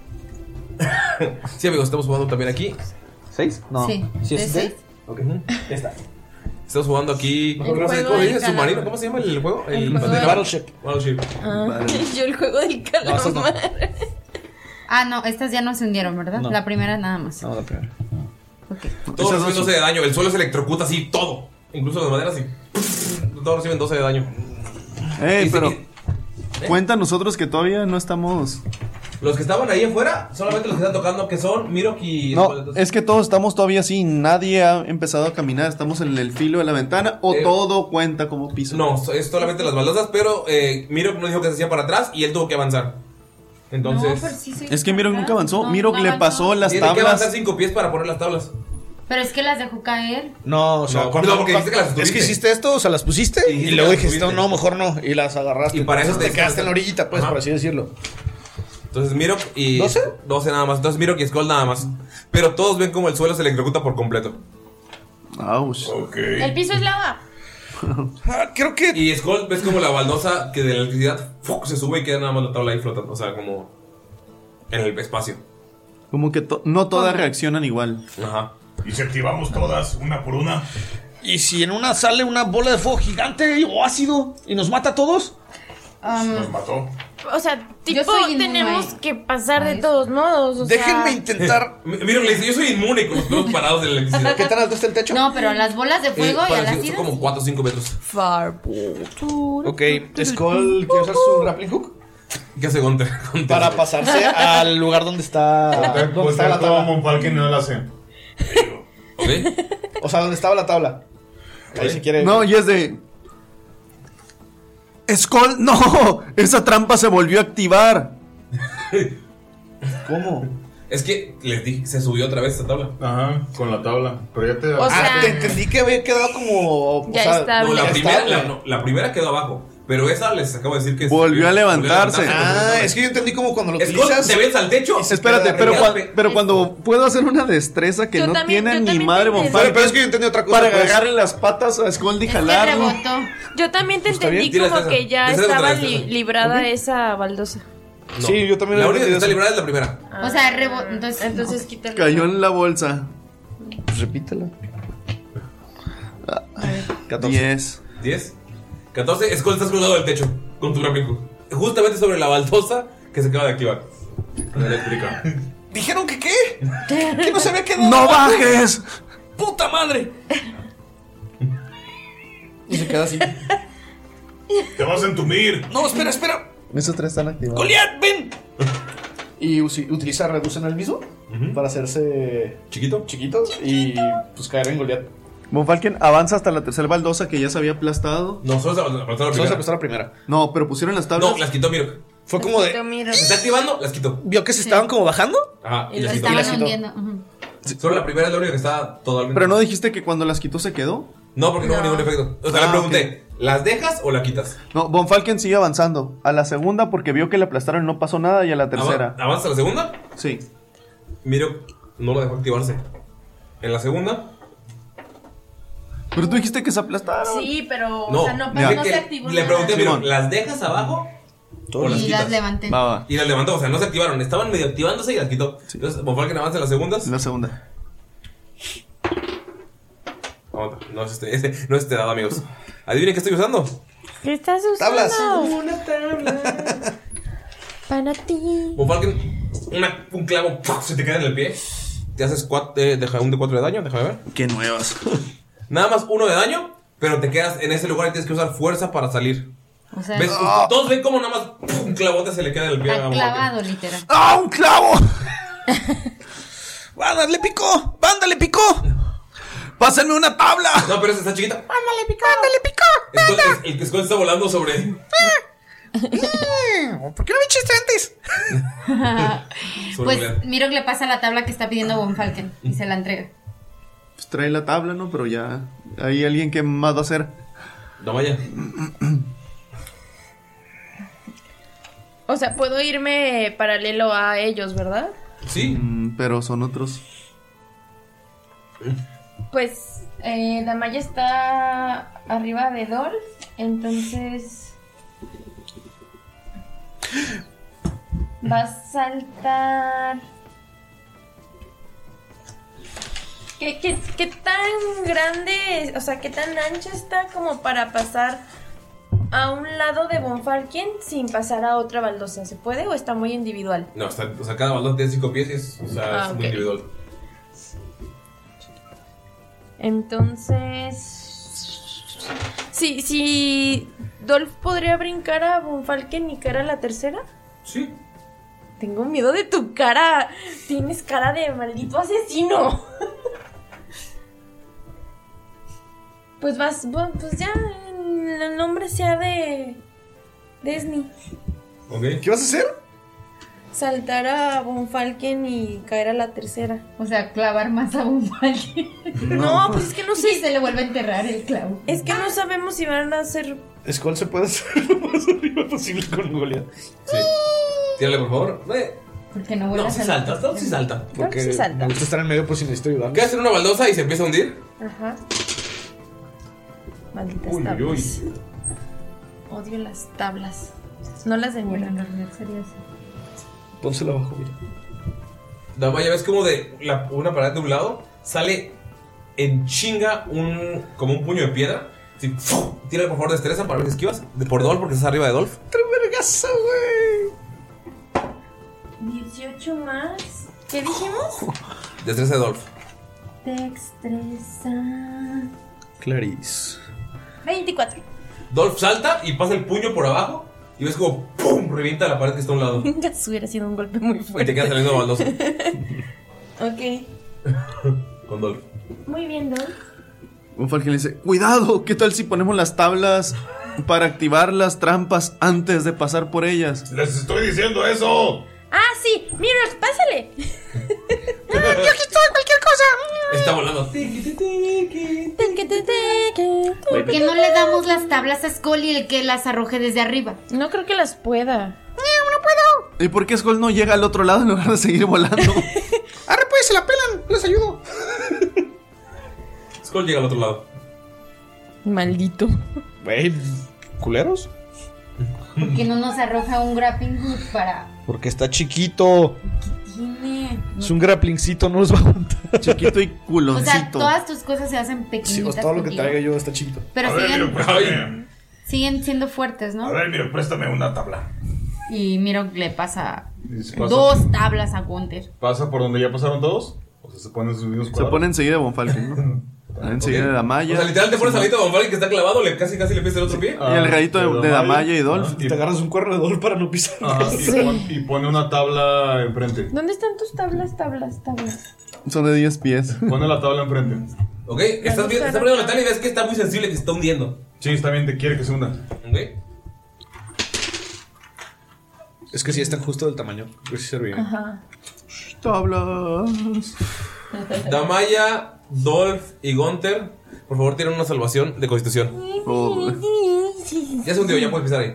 Sí, amigos, estamos jugando también aquí. ¿Seis? No. Sí, ¿Sí de es seis. de? Ok. Ya está. Estamos jugando aquí. ¿Cómo, El se- juego cómo se del dice? ¿Submarino? calamar. ¿Cómo se llama el juego? El El juego del- Battleship. Battleship. Ah, yo el juego del No, esas no. calamar. Ah, no, estas ya no se hundieron, ¿verdad? No. La primera nada más. No, la primera. Todos Esas reciben dos- doce de daño. El suelo se electrocuta así, todo. Incluso las maderas y. Todos reciben doce de daño. Ey, Y- pero. y- Cuenta nosotros que todavía no estamos. Los que estaban ahí afuera, solamente los que están tocando, que son Mirok y... No, es que todos estamos todavía así. Nadie ha empezado a caminar. Estamos en el filo de la ventana. ¿O Eh, todo cuenta como piso? No, es solamente las baldosas, pero eh, Mirok nos dijo que se hacía para atrás y él tuvo que avanzar. Entonces... No, pero sí se Es que Mirok nunca avanzó. No, Mirok no le avanzó. pasó las Tiene que tablas. avanzar cinco pies para poner las tablas. Pero es que las dejó caer. No, o sea, No, cuando- no, porque dijiste que las es que estuviste. hiciste esto, o sea, las pusiste Y y, dijiste luego que las dijiste, estuviste. no, mejor no, y las agarraste. Y para eso Entonces te- te quedaste en la orillita, pues, Ajá. por así decirlo. Entonces Mirok y... ¿doce? doce nada más. Entonces Mirok y Skull nada más. Pero todos ven como el suelo se electrocuta por completo. Ouch. Ok. El piso es lava. Ah, creo que... Y Skull ves como la baldosa que de la electricidad ¡fuc! Se sube y queda nada más la tabla ahí flotando. O sea, como... en el espacio. Como que to- no todas reaccionan igual. Ajá. ¿Y si activamos todas, una por una? ¿Y si en una sale una bola de fuego gigante o ácido y nos mata a todos? Um, Nos mató. O sea, tipo, soy inmune tenemos a- que pasar a de eso. todos modos. O Déjenme sea, intentar... M- Mirok le dice, yo soy inmune con los pelos parados de la electricidad. ¿Qué tan alto está el techo? no, pero las bolas de fuego Eh, y al parecido, ácido. son como cuatro o cinco metros. Ok, Skull quiere usar su grappling hook ¿Qué hace Gunter? Gunter para pasarse al lugar donde está... Pues donde estaba la todo tabla. Monfalken no la hace. ¿Ok? O sea, donde estaba la tabla. Ahí si quiere... No, y es de. Skull, no, esa trampa se volvió a activar. ¿Cómo? Es que les dije, se subió otra vez esta tabla. Ajá, con la tabla. Pero ya te... O Ah, sea- te entendí que había quedado como... o Ya sea, está. No, la ya primera, estable. la, no, la primera quedó abajo. Pero esa les acabo de decir que Volvió a levantarse. Ah, es que yo entendí como cuando lo Es que utilizas... te ves al techo. Espérate, pero, arriba. cua- pero cuando puedo hacer una destreza que Yo no también- tiene yo ni también madre te Pero, Bonfalken pero es que yo entendí otra cosa. para pues. agarrarle las patas a Skull y Es que jalarlo. rebotó. yo también te Pues está entendí bien, como tira esta. que ya Esta es otra estaba vez, li- esta. librada esa baldosa. No. Sí, yo también La lo única que entendí está eso. librada es la primera. O sea, rebotó. Entonces, Entonces quítale. Cayó en la bolsa. Pues repítela. catorce. diez. diez. catorce. Skull, estás colgado del techo con tu grappling hook. Justamente sobre la baldosa que se acaba de activar. La eléctrica. ¿Dijeron que qué? ¿Que no se había quedado? ¡No abajo? bajes! ¡Puta madre! Y se queda así. ¡Te vas a entumir! No, espera, espera. Esos tres están activados. ¡Goliath, ven! Y usi- utiliza reducen el mismo para hacerse ¿Chiquito? chiquito y pues caer en Goliath. Bonfalken avanza hasta la tercera baldosa que ya se había aplastado. No, solo se aplastó la Solo se primera. empezó la primera. No, pero pusieron las tablas. No, las quitó Mirok. Fue como Quito, de. miro. Se está activando, las quitó. ¿Vio que se estaban como bajando? Ajá, y, y lo las quitó. estaban las quitó. hundiendo. Ujú. Solo la primera es la única que está totalmente. Pero no dijiste que cuando las quitó se quedó. No, porque no, hubo No. ningún efecto. O sea, Ah, le pregunté, ¿las dejas o la quitas? No, Bonfalken sigue avanzando. A la segunda porque vio que le aplastaron y no pasó nada. Y a la tercera. Ava- ¿Avanza la segunda? Sí. Mirok no lo dejó activarse. En la segunda. Pero tú dijiste que se aplastaron. Sí, pero. No, O sea, no, dije no que se activó. le nada. pregunté a Mirok, Simón. ¿las dejas abajo o las Y quitas? las levanté. Va, va. Y las levantó, o sea, no se activaron, estaban medio activándose y las quitó. Entonces, Bonfalken avanza en las segundas. La segunda. Aguanta, no es este, este- no es este dado, amigos. Adivinen qué estoy usando. ¿Qué estás usando? Tablas. Una tabla. Para ti. Bonfalken, una, un clavo, ¡puf! Se te queda en el pie. Te haces cuatro, eh, deja un de cuatro de daño, déjame ver. Qué nuevas. Nada más uno de daño, pero te quedas en ese lugar y tienes que usar fuerza para salir. O sea, ¿Ves? Todos ven como nada más ¡puf! Un clavote se le queda en el pie. a está Bonfalken. clavado, literal. ¡Ah, un clavo! ¡Banda, le picó! ¡Banda, le picó! ¡Pásenme una tabla! No, pero esa está chiquita. Ándale, picó. Ándale, picó. Skull- el, el Skull está volando sobre. ¿Por qué no me echaste antes? sobre Pues Goliath. Mirok le pasa la tabla que está pidiendo Bonfalken y se la entrega. Pues trae la tabla, ¿no? Pero ya hay alguien que más va a hacer. No vaya. O sea, puedo irme paralelo a ellos, ¿verdad? Sí. Mm, pero son otros. Pues eh, Damaya está arriba de Dolph, entonces va a saltar. ¿Qué, qué, qué tan grande, o sea, qué tan ancha está como para pasar a un lado de Bonfalken sin pasar a otra baldosa? ¿Se puede o está muy individual? No, está, o sea, cada balón tiene cinco pies y es, o sea, Ah, es ok. muy individual. Entonces, Si, si Dolph podría brincar a Von Falken y caer a la tercera. Sí. Tengo miedo de tu cara. Tienes cara de maldito asesino. Pues vas, pues ya el nombre sea de Disney. Ok. ¿Qué vas a hacer? Saltar a Von Falken y caer a la tercera. O sea, clavar más a Von Falken. No, pues es que no sé. Y se le vuelve a enterrar el clavo. Es que no sabemos si van a hacer. Skull se puede hacer lo más arriba posible con Goliath. Sí. Tírale, por favor. Eh, Porque no vuelve No, a si salir. salta, no, si salta. Porque sí salta. me gusta estar en medio por si necesito ayudar. ¿Qué hacer una baldosa y se empieza a hundir? Ajá. Malditas Uy, tablas. uy. Odio las tablas. No las de Bueno, mierda. en realidad sería así. Pónselo abajo, mira. Damaya, ves como de la- una pared de un lado sale en chinga un como un puño de piedra. Así, ¡fu! Tírale por favor destreza para ver si esquivas. De por Dolph porque estás arriba de Dolph. ¡Vergazo, güey! dieciocho más. ¿Qué dijimos? Destreza de Dolph. Destreza. Clarice. veinticuatro. Dolph salta y pasa el puño por abajo. Y ves como ¡pum! Revienta la pared que está a un lado. Ya se hubiera sido un golpe muy Y fuerte. te quedas saliendo baldosa. Ok. Con Dolph. Muy bien, Dolph. Von Falken le dice, cuidado, ¿qué tal si ponemos las tablas para activar las trampas antes de pasar por ellas? Les estoy diciendo eso. Ah, sí. Mira, pásale. Yo aquí estoy, cualquier cosa. Está volando. ¿Por qué no le damos las tablas a Skull y el que las arroje desde arriba? No creo que las pueda. No puedo. ¿Y por qué Skull no llega al otro lado en lugar de seguir volando? ¡Arre, pues! ¡Se la pelan! ¡Les ayudo! Skull llega al otro lado. Maldito. Güey, ¿culeros? ¿Por qué no nos arroja un grappling hook para...? Porque está chiquito. Tiene... Es un grapplingcito, no los va a aguantar. Chiquito y O culoncito. sea, todas tus cosas se hacen Sí, pequeñitas o todo lo que contigo. traiga yo está chiquito. Pero A ver, siguen, Miro, préstame. siguen siendo fuertes, ¿no? A ver, mira, préstame una tabla. Y Miro le pasa Y se pasa- dos tablas a Gunther. ¿Pasa por donde ya pasaron todos? O sea, se ponen sus mismos Se cuadros. pone enseguida Von Falken, ¿no? Enseguida de Damaya. O sea, literal te pones al ladito de Von Falken que está clavado, le casi casi le pisas el otro pie. Y el rayito de, de Damaya y Dolph. Y te agarras un cuerno de Dolph para no pisar. Ajá, y, Sí. pon- y pone una tabla enfrente. ¿Dónde están tus tablas, tablas, tablas? Son de diez pies. Pone la tabla enfrente. Ok, estás, viendo, estás poniendo la tabla y ves que está muy sensible, que se está hundiendo. Sí, está bien, te quiere que se hunda. Ok. Es que sí están justo del tamaño. Pues sí serviría. Ajá. Tablas. Damaya, Dolph y Gunther, por favor, tienen una salvación de constitución. Oh. Ya se hundió, ya puedes pisar ahí.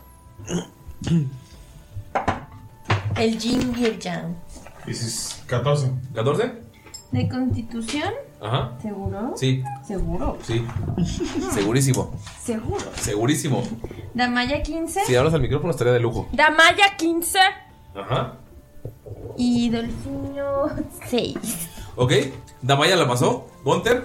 El yin y el yang. dieciséis, catorce. ¿catorce? ¿De constitución? Ajá. ¿Seguro? Sí, ¿Seguro? sí. Segurísimo. ¿Seguro? Segurísimo. Damaya quince. Si hablas al micrófono estaría de lujo. Damaya quince. Ajá. Y Dolfinho seis. Ok, Damaya la pasó. Gunther.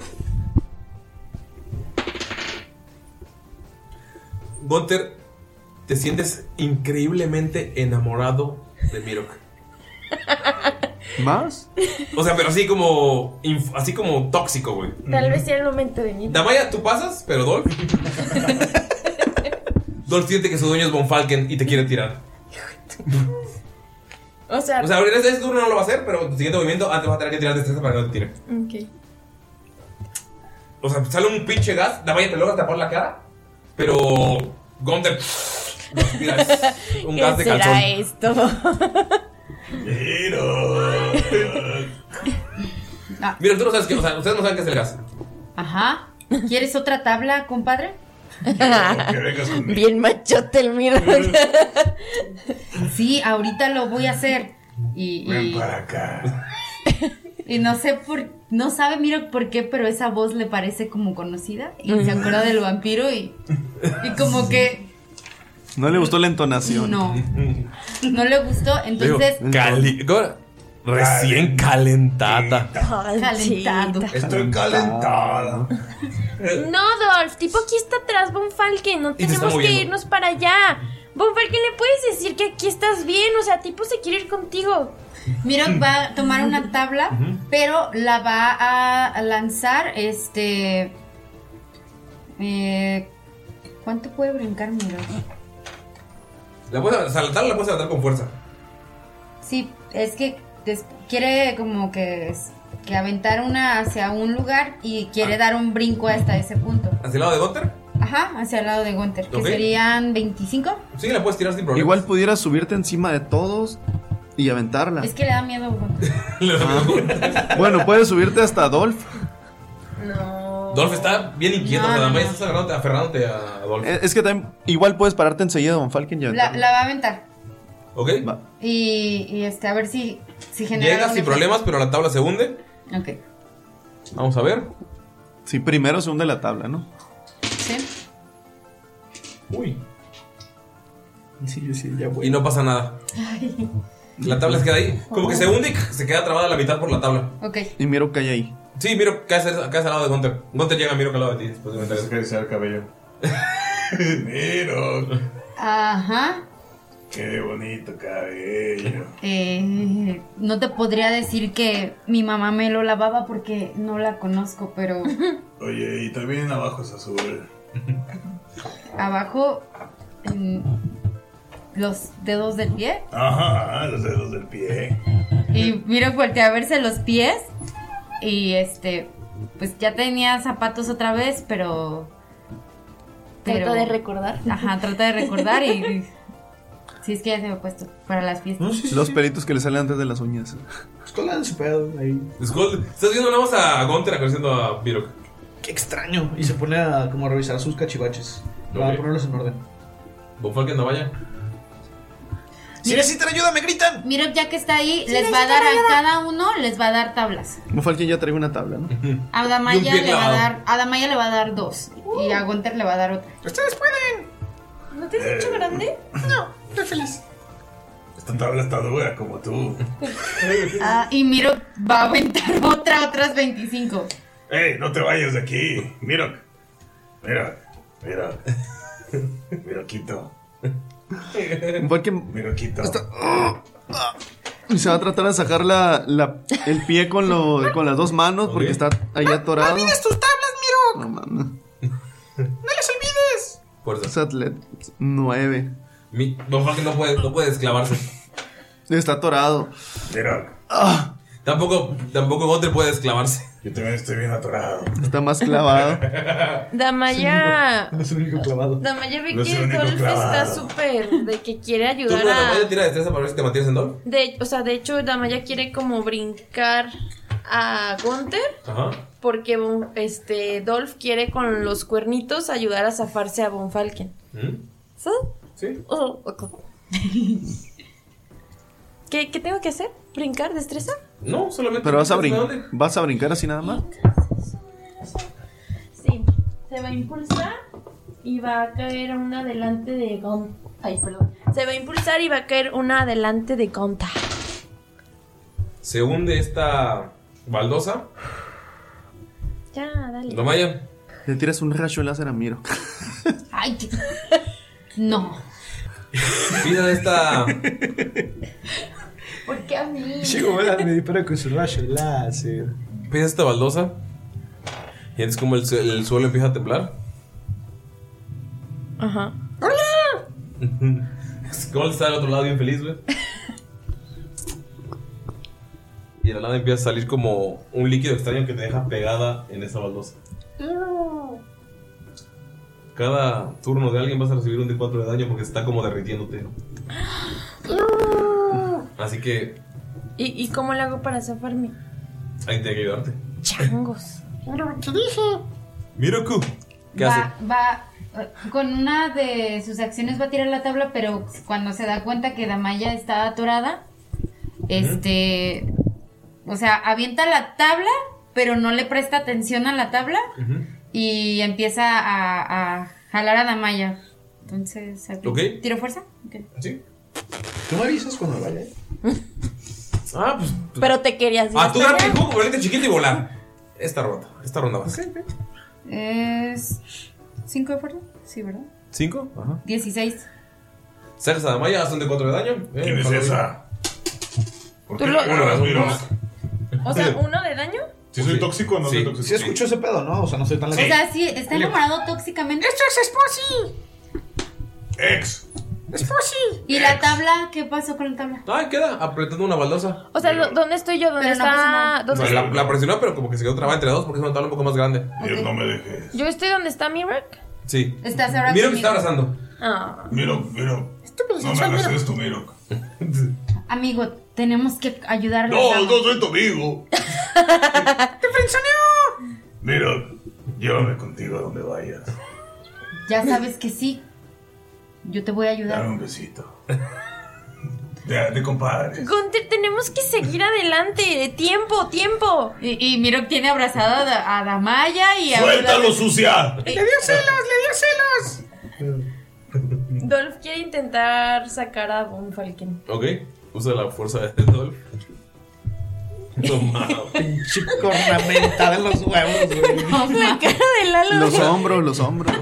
Gunther, te sientes increíblemente enamorado de Mirok. ¿Más? O sea, pero así como inf- así como tóxico, güey. Tal vez sea el momento de mí. Damaya, tú pasas, pero Dolph. Dolph siente que su dueño es Von Falken y te quiere tirar. O sea, O sea, ahorita este turno no lo va a hacer, pero tu siguiente movimiento antes vas a tener que tirar destreza para que no te tire. ok. O sea, sale un pinche gas, Damaya te logra tapar la cara, pero Gunther respira, es un ¿Qué gas de será calzón. esto? Ah, Mira, tú no sabes qué, o sea, ustedes no saben qué es el gas. ajá. ¿Quieres otra tabla, compadre? Que vengas conmigo. Bien machote el miro. Sí, ahorita lo voy a hacer. Y, Ven y, para acá. y no sé por... No sabe, Miro, por qué, pero esa voz le parece como conocida. Y se acuerda del vampiro y... Y como que... No le gustó la entonación. No. No le gustó, entonces... Digo, cali- ¿cómo? Recién calentada. Calentado. Estoy calentada. No, Dolph, tipo aquí está atrás Von Falken. No te está tenemos que moviendo. irnos para allá. Von Falken, ¿le puedes decir que aquí estás bien? O sea, tipo se quiere ir contigo. Miro va a tomar una tabla, pero la va a lanzar, este... eh, ¿Cuánto puede brincar Miro? La puedes saltar, la puedes saltar con fuerza. Sí, es que des- quiere como que, es- que aventar una hacia un lugar y quiere dar un brinco hasta ese punto. ¿Hacia el lado de Gunter? Ajá, hacia el lado de Gunter, que Ok. serían veinticinco. Sí, la puedes tirar sin problema. Igual pudieras subirte encima de todos y aventarla. Es que le da miedo a Gunter. Ah. Bueno, puedes subirte hasta Dolph. No. Dolph está bien inquieto, No, o sea, no, Damaya no. estás agarrándote, aferrándote a Dolph. Eh, Es que también igual puedes pararte enseguida, Von Falken, y La, aventarla. la va a aventar. Ok. Y, y este, a ver si, si genera. Llega un sin efecto. problemas, pero la tabla se hunde. Ok. Vamos a ver. Sí, primero se hunde la tabla, ¿no? Sí. Uy. Sí, sí, ya voy. Y no pasa nada. Ay. La tabla se queda ahí. Como que se hunde y se queda trabada a la mitad por la tabla. Ok. Y Miro cae ahí. Sí, Miro, caes, caes al lado de Gunter. Gunter llega, Miro, al lado de ti. Después de meter eso. acariciar el cabello. Miro. Ajá. Qué bonito cabello. Eh, no te podría decir que mi mamá me lo lavaba porque no la conozco, pero Oye, y también abajo es azul. abajo en los dedos del pie. Ajá, los dedos del pie. Y miro, voltea a verse los pies. Y este, pues ya tenía zapatos otra vez, pero. Trata de recordar. Ajá, trata de recordar y. y- sí, es que ya se me ha puesto para las fiestas. Los pelitos que le salen antes de las uñas. Skull en su pedo ahí. Skull, estás viendo nada más a Gunter acariciando a Miro. Qué extraño. Y se pone a como a revisar sus cachivaches. Para Ok. ponerlos en orden. Von Falken, no vaya. Si necesitan ayuda, me gritan. Miro, ya que está ahí, Sí, les va a necesito dar a ayuda. cada uno, les va a dar tablas. Von Falken ya trae una tabla, ¿no? A Y un Damaya pie le va a clavado. dar, a Damaya le va a dar dos. Y a Gunter le va a dar otra. ¡Ustedes pueden! ¿No te has hecho grande? No, estoy feliz. Esta tabla está dura como tú. Ah, y Miro va a aventar otra, otras veinticinco. ¡Ey, no te vayas de aquí! Mira, mira, mira. Mira, Quito. Von Falken Mira, Quito. y se va a tratar de sacar la, la- el pie con, lo, con las dos manos porque Ok. está ahí atorado. ¡No olvides tus tablas, Miro! No mames. ¡No las olvides! Fuerza. Es atlet nueve. Mi, Von Falken no puede, no puede esclavarse. Está atorado. Mira, Tampoco, tampoco Gunter puede esclavarse. yo también estoy bien atorado. Está más clavado. Damaya. No es el único clavado. Damaya ve No es que el único Dolph clavado. está súper de que quiere ¿Tú ayudar no a. Damaya tira destreza para ver si te mantienes en Dolph? De, o sea, de hecho, Damaya quiere como brincar a Gunter. Ajá. Porque Von- este Dolph quiere con los cuernitos ayudar a zafarse a Von Falken. ¿Mm? ¿Sí? Sí. Oh, ok. ¿Qué, ¿Qué tengo que hacer? ¿Brincar? ¿Destreza? No, solamente. Pero vas a, ¿de brin dónde? vas a brincar así nada más. Sí. Se va a impulsar y va a caer una delante de Gonta. Ay, perdón. Se va a impulsar y va a caer una delante de Gonta. Se hunde esta baldosa. Ya, dale. Damaya. Le tiras un rayo láser a Miro. Ay, qué- no. Pida esta. ¿Por qué a mí? Llegó volando y dispara con su rayo láser. Pida esta baldosa. Y es como el, su- el suelo empieza a temblar. Ajá. Gold está del otro lado bien feliz, güey. Y de la nada empieza a salir como un líquido extraño que te deja pegada en esa baldosa. Cada turno de alguien vas a recibir un D cuatro de daño porque está como derritiéndote. Así que ¿Y, ¿Y cómo le hago para zafarme? ahí tiene que ayudarte. Changos. Pero, ¿qué dije? Miroku, ¿qué va, hace? va, eh, con una de sus acciones va a tirar la tabla, pero cuando se da cuenta que Damaya está atorada, este, o sea, avienta la tabla, pero no le presta atención a la tabla Ujú. y empieza a, a jalar a Damaya. Entonces, aquí- Ok. ¿tiro fuerza? Ok. ¿Sí? ¿Tú me avisas cuando vaya? eh? Ah, pues. Pero te querías ir Ah, tú hasta darte allá. el juego, volverte chiquito y volar. Esta ronda, esta ronda vas. Es cinco de fuerza, sí, ¿verdad? ¿Cinco? Ajá. dieciséis. Sacas a Damaya, haz un D cuatro de daño. Eh, ¿Quién es ojalá. esa? ¿Por Tú qué lo- no me las miro? O sea, ¿uno de daño? Si soy tóxico o no sí. soy tóxico. Sí, escucho ese pedo, ¿no? O sea, no soy tan O sea, sí, está enamorado tóxicamente. ¡Esto es Esposi! Ex. ¡Esposi! ¿Y la tabla? ¿Qué pasó con la tabla? Ay, queda apretando una baldosa. O sea, ¿dó- ¿dónde estoy yo? ¿Dónde Pero no está? presionó. ¿Dónde O sea, está? la, la presionó, pero como que se quedó trabada entre dos porque es una tabla un poco más grande. Dios, no me dejes. ¿Yo estoy donde está Mirak? Sí. Estás ahora Miro que conmigo. está abrazando. Ah. Miro, miro. Estúpido, No me sensual, hagas mira. esto, Miro. Amigo, tenemos que ayudarle. No, no soy tu amigo. ¡Te frenzoneó! Miro, llévame contigo a donde vayas. Ya sabes que sí. Yo te voy a Dame ayudar. un besito. De, de compadre. Gunter, tenemos que seguir adelante. Tiempo, tiempo. Y, y Miro tiene abrazada a, Da- a Damaya y a. ¡Suéltalo, sucia! ¡Le dio celos! ¡Le dio celos! Dolph quiere intentar sacar a Von Falken. Ok. Usa la fuerza de Dolph. No mames. Pinche cornamentada en los huevos, güey. La cara de Lalo. Los hombros, los hombros.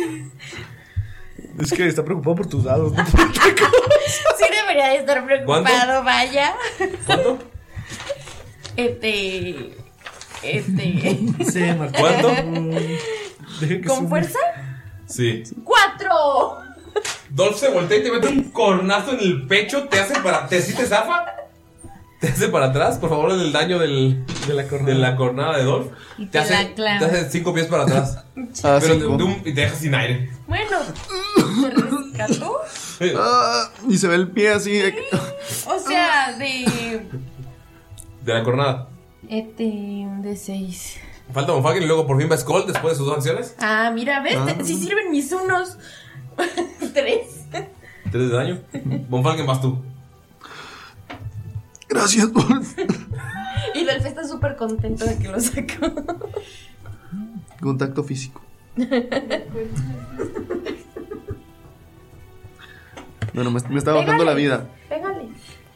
Es que está preocupado por tus dados, ¿no? Sí debería de estar preocupado, ¿Cuánto? vaya. ¿Cuánto? Este... Este... Sí, Martín. ¿Cuánto? Deje que ¿Con sume. fuerza? Sí. ¡Cuatro! Dolph se voltea y te mete un cornazo en el pecho. Te hace para. ¿Te, ¿sí te zafa? Te hace para atrás. Por favor, el daño del, De la cornada. de la cornada de Dolph. Y Te te hace, la clava. te hace cinco pies para atrás. Ah, Pero de, cinco. de un, y te deja sin aire. Bueno, ¿me rescató? Ah, y se ve el pie así. de- O sea, de... De la cornada. Este... de seis. Falta Von Falken y luego por fin va Skull después de sus dos acciones. Ah, mira, ¿ves? Ah. Si sirven mis unos. Tres. Tres de daño. Von Falken vas tú. Gracias, Wolf. Y Dolph está súper contento de que lo sacó. Contacto físico. Bueno, me, me está bajando la vida. Pégale.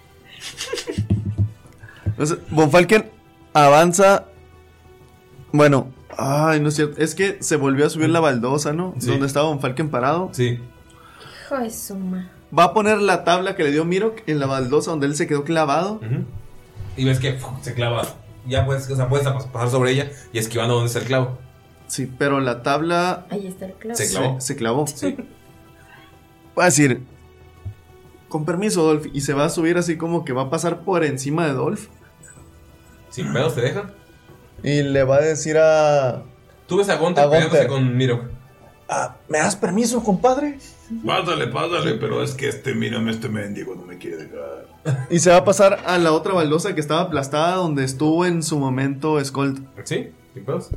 Entonces, Von Falken avanza. Bueno, ay, no es cierto. Es que se volvió a subir la baldosa, ¿no? Sí. Donde estaba Von Falken parado. Sí. Hijo de suma. Va a poner la tabla que le dio Mirok en la baldosa donde él se quedó clavado. Ujú. Y ves que ¡fum! Se clava. Ya puedes, o sea, puedes pasar sobre ella y esquivando donde está el clavo. Sí, pero la tabla Ahí está el clavo. Se clavó. se, se clavó. Sí. Va a decir, con permiso, Dolph. Y se va a subir así como que va a pasar por encima de Dolph. Sin pedos te deja. Y le va a decir a... Tú ves a Gunter A peleándose Gunther. con Mirok. Ah, ¿me das permiso, compadre? Pásale, pásale, pero es que este, mírame, este mendigo no me quiere dejar. Y se va a pasar a la otra baldosa que estaba aplastada donde estuvo en su momento Skolt. ¿Sí? ¿Sin pedos?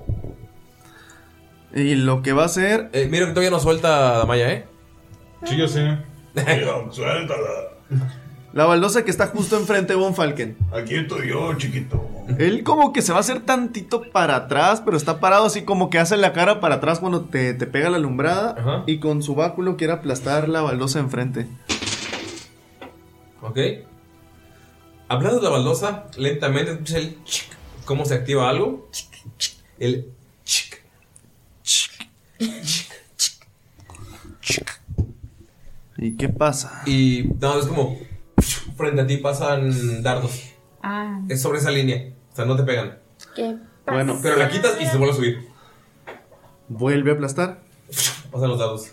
Y lo que va a hacer... Eh, Mirok todavía no suelta a Damaya, ¿eh? Sí, yo sé. Mira, suéltala. La baldosa que está justo enfrente de Von Falken. Aquí estoy yo, chiquito. Él como que se va a hacer tantito para atrás, pero está parado así como que hace la cara para atrás cuando te, te pega la alumbrada. Ajá. Y con su báculo quiere aplastar la baldosa enfrente. Ok. Hablando de la baldosa, lentamente escuchas el chic. ¿Cómo se activa algo? El chic. ¿Y qué pasa? Y no, es como frente a ti pasan dardos. Ah. Es sobre esa línea. O sea, no te pegan. ¿Qué pasa? Bueno, Pero la quitas y se vuelve a subir. Vuelve a aplastar. Pasan los dardos.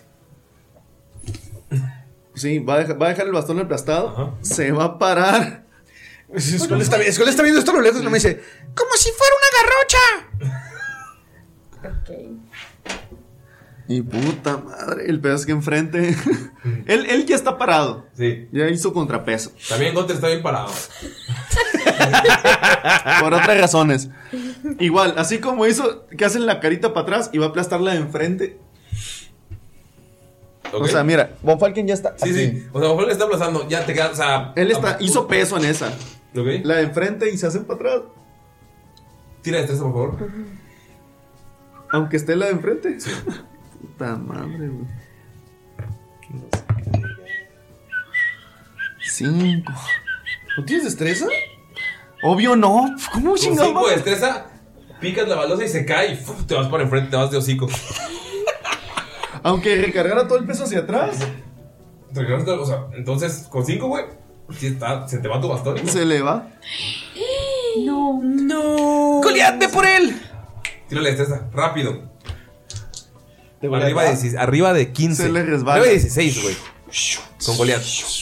Sí, va a dejar, va a dejar el bastón aplastado. Ajá. Se va a parar. Skull está, Skull está viendo esto a lo lejos y no me dice, ¡Como si fuera una garrocha! Ok. Y puta madre, el pedazo que enfrente. él, él ya está parado. Sí. Ya hizo contrapeso. También Gunter está bien parado. Por otras razones. Igual, así como hizo que hacen la carita para atrás y va a aplastarla de enfrente. Ok. O sea, mira, Von Falken ya está. Sí, así. sí. O sea, le está aplazando. Ya te queda, o sea. Él está, a- hizo peso en esa. Ok. La de enfrente y se hacen para atrás. Tira destreza, por favor. Aunque esté la de enfrente. Puta madre, güey. Cinco. ¿no tienes destreza? Obvio no. ¿Cómo Con chingado? cinco de destreza, picas la baldosa y se cae. Y ¡fuf! Te vas para enfrente, te vas de hocico. Aunque recargara todo el peso hacia atrás. Te recargas, o sea, entonces, con cinco, güey, sí está- se te va tu bastón. Se le va. No. No. ¡Goliat, ve por él! Tírale destreza, rápido. De Goliat, arriba, ¿va? de dieciséis, arriba de quince. Se le resbala. Arriba de dieciséis, güey. Con Goliat.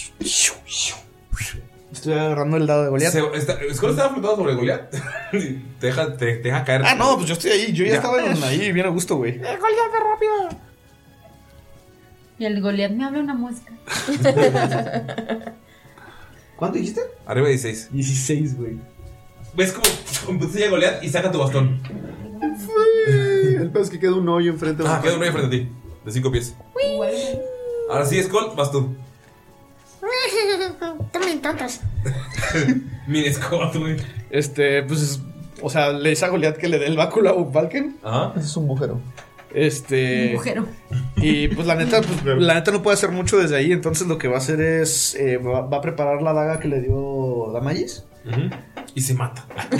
Estoy agarrando el dado de Goliat. Se- está- Skull estaba flotando sobre Goliat. te, deja, te, te deja caer. Ah, no, pues yo estoy ahí. Yo ya, Ya. estaba en- ahí, bien a gusto, güey. ¡Eh, Goliat, ve rápido! Y el Goliat me habla una mosca. ¿Cuánto dijiste? Arriba de dieciséis. dieciséis, güey. ¿Ves cómo empieza a Goliat y saca tu bastón? El peor es que queda un hoyo enfrente de Ah, queda un hoyo frente a ti. De cinco pies. Ahora sí, Skull, vas tú. También tontas. Mini Skull, güey. Este, pues, o sea, le dice a Goliat que le dé el báculo a Vulcan. Ajá. Ese es un agujero. Este. Un agujero. Y pues la neta, pues, la neta no puede hacer mucho desde ahí. Entonces lo que va a hacer es. eh, va, va a preparar la daga que le dio Damayis. Ujú. Y se mata.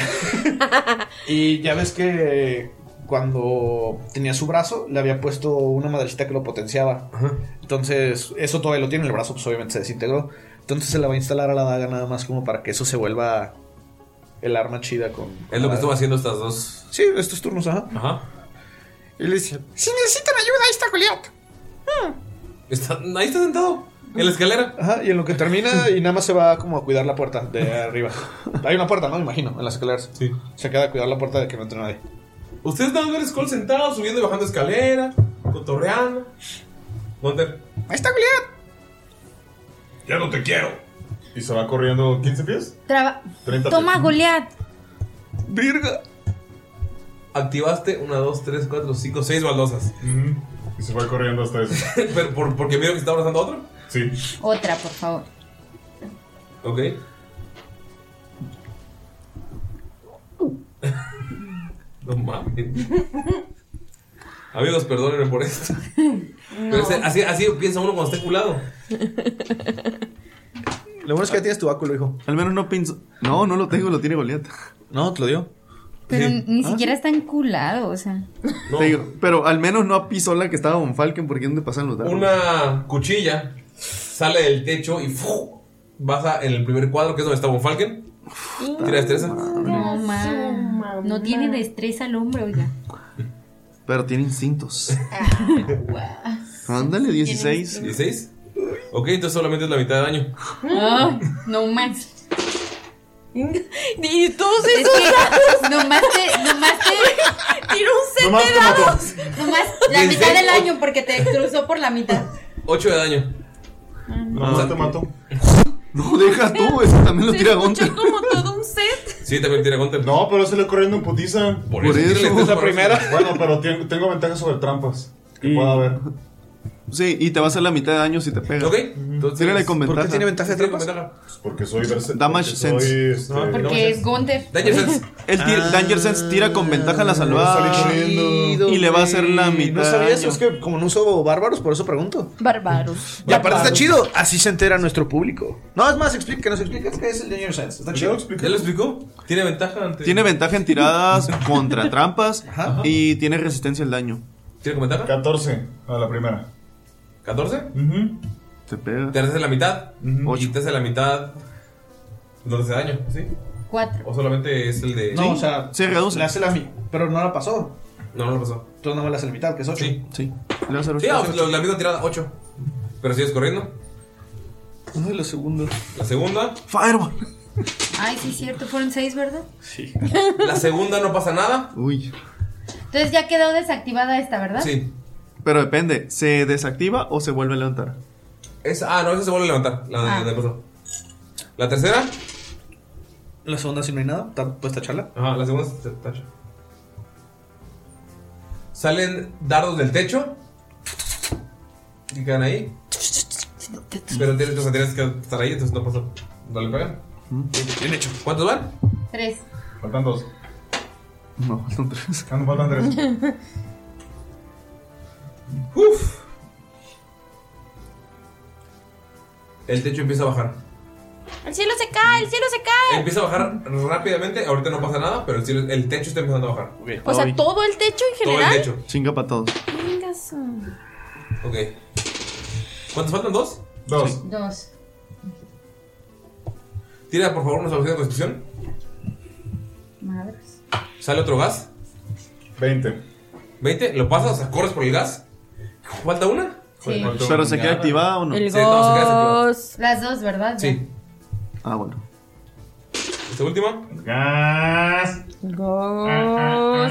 Y ya ves que cuando tenía su brazo, le había puesto una madrecita que lo potenciaba. Ajá. Entonces, eso todavía lo tiene. El brazo, pues obviamente se desintegró. Entonces se la va a instalar a la daga nada más como para que eso se vuelva el arma chida con. Es lo que estuvo haciendo estas dos. Sí, estos turnos, ajá. Ajá. Y le dice: Si necesitan ayuda, ahí está Goliat. Está, ahí está sentado. En la escalera. Ajá, y en lo que termina, y nada más se va como a cuidar la puerta de arriba. Hay una puerta, ¿no? Me imagino, en las escaleras. Sí. Se queda a cuidar la puerta de que no entre nadie. Ustedes están viendo a Skull sentado, subiendo y bajando escalera, cotorreando. Gunter. Ahí está Goliat. Ya no te quiero. Y se va corriendo quince pies. Traba- treinta Toma, pies. Goliat. ¡Virga! Activaste una, dos, tres, cuatro, cinco, seis baldosas. Ujú. Y se va corriendo hasta eso. Pero, ¿por, ¿Porque vieron que está abrazando a otro? Sí. Otra, por favor. Ok. No mames. Amigos, perdónenme por esto. Pero ese- así, así piensa uno cuando está enculado. Lo bueno es que ya tienes tu báculo, hijo. Al menos no pienso. No, no lo tengo, lo tiene Goliat. No, te lo dio. Pero Sí. ni Ah, siquiera está enculado, o sea. No, Te digo, pero al menos no pisó la que estaba Von Falken porque es donde pasan los dados. una cuchilla sale del techo y ¡fu! Baja en el primer cuadro, que es donde está Von Falken. Tira destreza. No, ma. No tiene destreza el hombre, oiga. Pero tiene instintos. Guau. Ándale, dieciséis. ¿dieciséis? Ok, entonces solamente es la mitad de daño. Ah, no más. Y todos Es esos que nomás te, nomás te, tiro un set Nomás de te mató. dados. nomás la dieciséis, mitad del o- año porque te cruzó por la mitad. ocho de daño. No, te mato. No, deja tú, eso también lo Se tira escucha Gunter. como todo un set. Sí, también tira Gunter. No, pero se le corriendo en putiza. Por, por eso. eso. tírale destreza La por primera. Bueno, pero tengo, tengo ventaja sobre trampas. Que Y- pueda haber. Sí, y te va a hacer la mitad de daño si te pega. Ok, entonces. Tírale con ¿Por ventaja. qué tiene ventaja de Sí, con trampas? ventaja. Pues porque soy verse. Damage porque soy, sense. este, No, Porque no, es Gunther. Danger sense. El tir- Ah. Danger Sense tira con ventaja a la Salí salvada. corriendo. Y le va a hacer la güey. mitad No sabía de eso, daño. es que como no uso bárbaros, por eso pregunto. Bárbaros. Y aparte está chido, así se entera nuestro público. No, es más, explica, que nos expliques qué es el Danger Sense. Está ¿Ya chido. lo expliqué? ¿Ya lo explicó? Tiene ventaja ante. Tiene ventaja en tiradas contra trampas Ajá. y tiene resistencia al daño. ¿Tiene con ventaja? catorce a la primera. ¿catorce? Ujú. Se pega. Te hace la mitad. Ujú. Y te hace la mitad. No te hace daño, ¿sí? Cuatro. O solamente es el de. No, o sea, Se reduce. le hace la mitad, pero no la pasó. No, no lo pasó. Entonces no me la hace la mitad, que es ocho. Sí. Sí. Le va a hacer Sí, ocho. ah, pues, la, la misma tirada, ocho. Pero sigues corriendo. Uno de los segundos. La segunda. Fireball. Ay, sí, es cierto. Fueron seis, ¿verdad? Sí. La segunda no pasa nada. Uy. Entonces ya quedó desactivada esta, ¿verdad? Sí. Pero depende, ¿se desactiva o se vuelve a levantar? Esa, ah, no, esa se vuelve a levantar. La de, Ah. la de paso. La tercera. La segunda, si no hay nada, está puesta charla. Ajá, la segunda se tacha. Salen dardos del techo. Y quedan ahí. Pero tienes, o sea, tienes que estar ahí, entonces no pasa. No le pegan. Bien hecho. ¿Cuántos van? Tres. Faltan dos. No, faltan tres. Ah, no, faltan tres. Uf. El techo empieza a bajar. El cielo se cae, el cielo se cae. Empieza a bajar rápidamente. Ahorita no pasa nada, pero el, cielo- el techo está empezando a bajar. O sea, Ay. todo el techo en Todo el general. techo. Chinga para todos. Vengas. Ok. ¿Cuántos faltan? ¿Dos? Dos. Dos. Tira por favor una salvación de constitución. Madres. ¿Sale otro gas? veinte. ¿veinte? ¿Lo pasas? O sea, corres por el gas. ¿Falta una? Sí. ¿Pero se queda activada o no? El Sí, no, se queda desactivada. ghost. Las dos, ¿verdad? Sí. Ah, bueno. ¿Esta última? Gas. Ghost.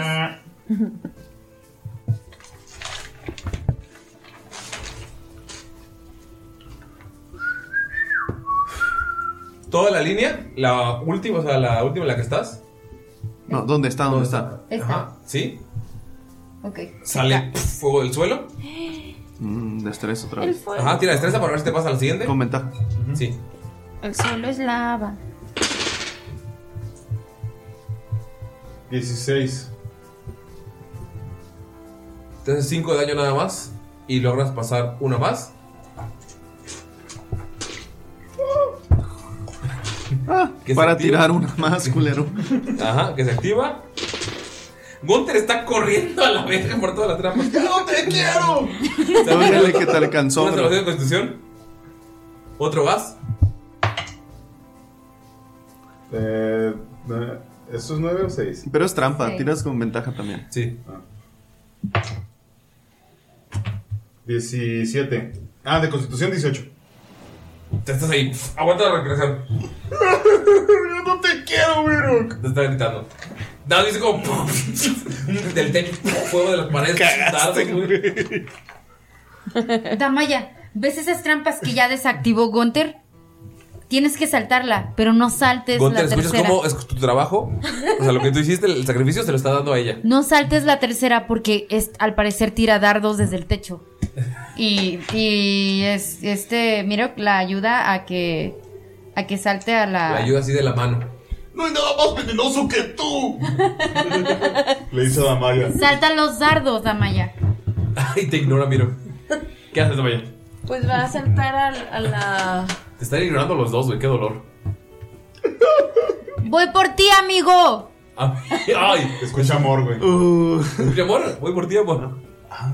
Toda la línea, la última, o sea, la última en la que estás. No, ¿dónde está? ¿Dónde está? Esta. Ajá, ¿sí? Ok. Sale pf, fuego del suelo. Mm, destreza otra El vez. fuego. Ajá, tira destreza para ver si te pasa al siguiente. Con ventaja. Sí. El suelo es lava. dieciséis. Te haces cinco de daño nada más. Y logras pasar una más. Ah, Que se para activa. tirar una más, culero. Ajá, que se activa. Gunther está corriendo a la verga por toda la trampa. ¡No te quiero! Dale que te alcanzó, Una bro. salvación de constitución. Otro gas. Eh, eh, ¿Esto es nueve o seis? Pero es trampa, Sí. tiras con ventaja también. Sí. diecisiete. Ah, de constitución dieciocho. Te estás ahí. Pf, aguanta la recreación. Yo no te quiero, Viruk. Te está gritando. No, dice como del techo, fuego de las paredes. dardos, güey. Damaya, ¿ves esas trampas que ya desactivó Gunther? Tienes que saltarla, pero no saltes Gunther, la ¿escuchas tercera. cómo es tu trabajo? O sea, lo que tú hiciste, el sacrificio se lo está dando a ella. No saltes la tercera porque es, al parecer tira dardos desde el techo. Y, y es, este, Miro la ayuda a que a que salte a la... La ayuda así de la mano. No hay nada más venenoso que tú. Le dice a Damaya. Salta los dardos, Damaya. Ay, te ignora, Miro. ¿Qué haces, Damaya? Pues va a saltar a, a la. Te están ignorando los dos, güey, qué dolor. Voy por ti, amigo. Ay, escucha amor, güey. Uh. Escucha amor, voy por ti, amor. Ah.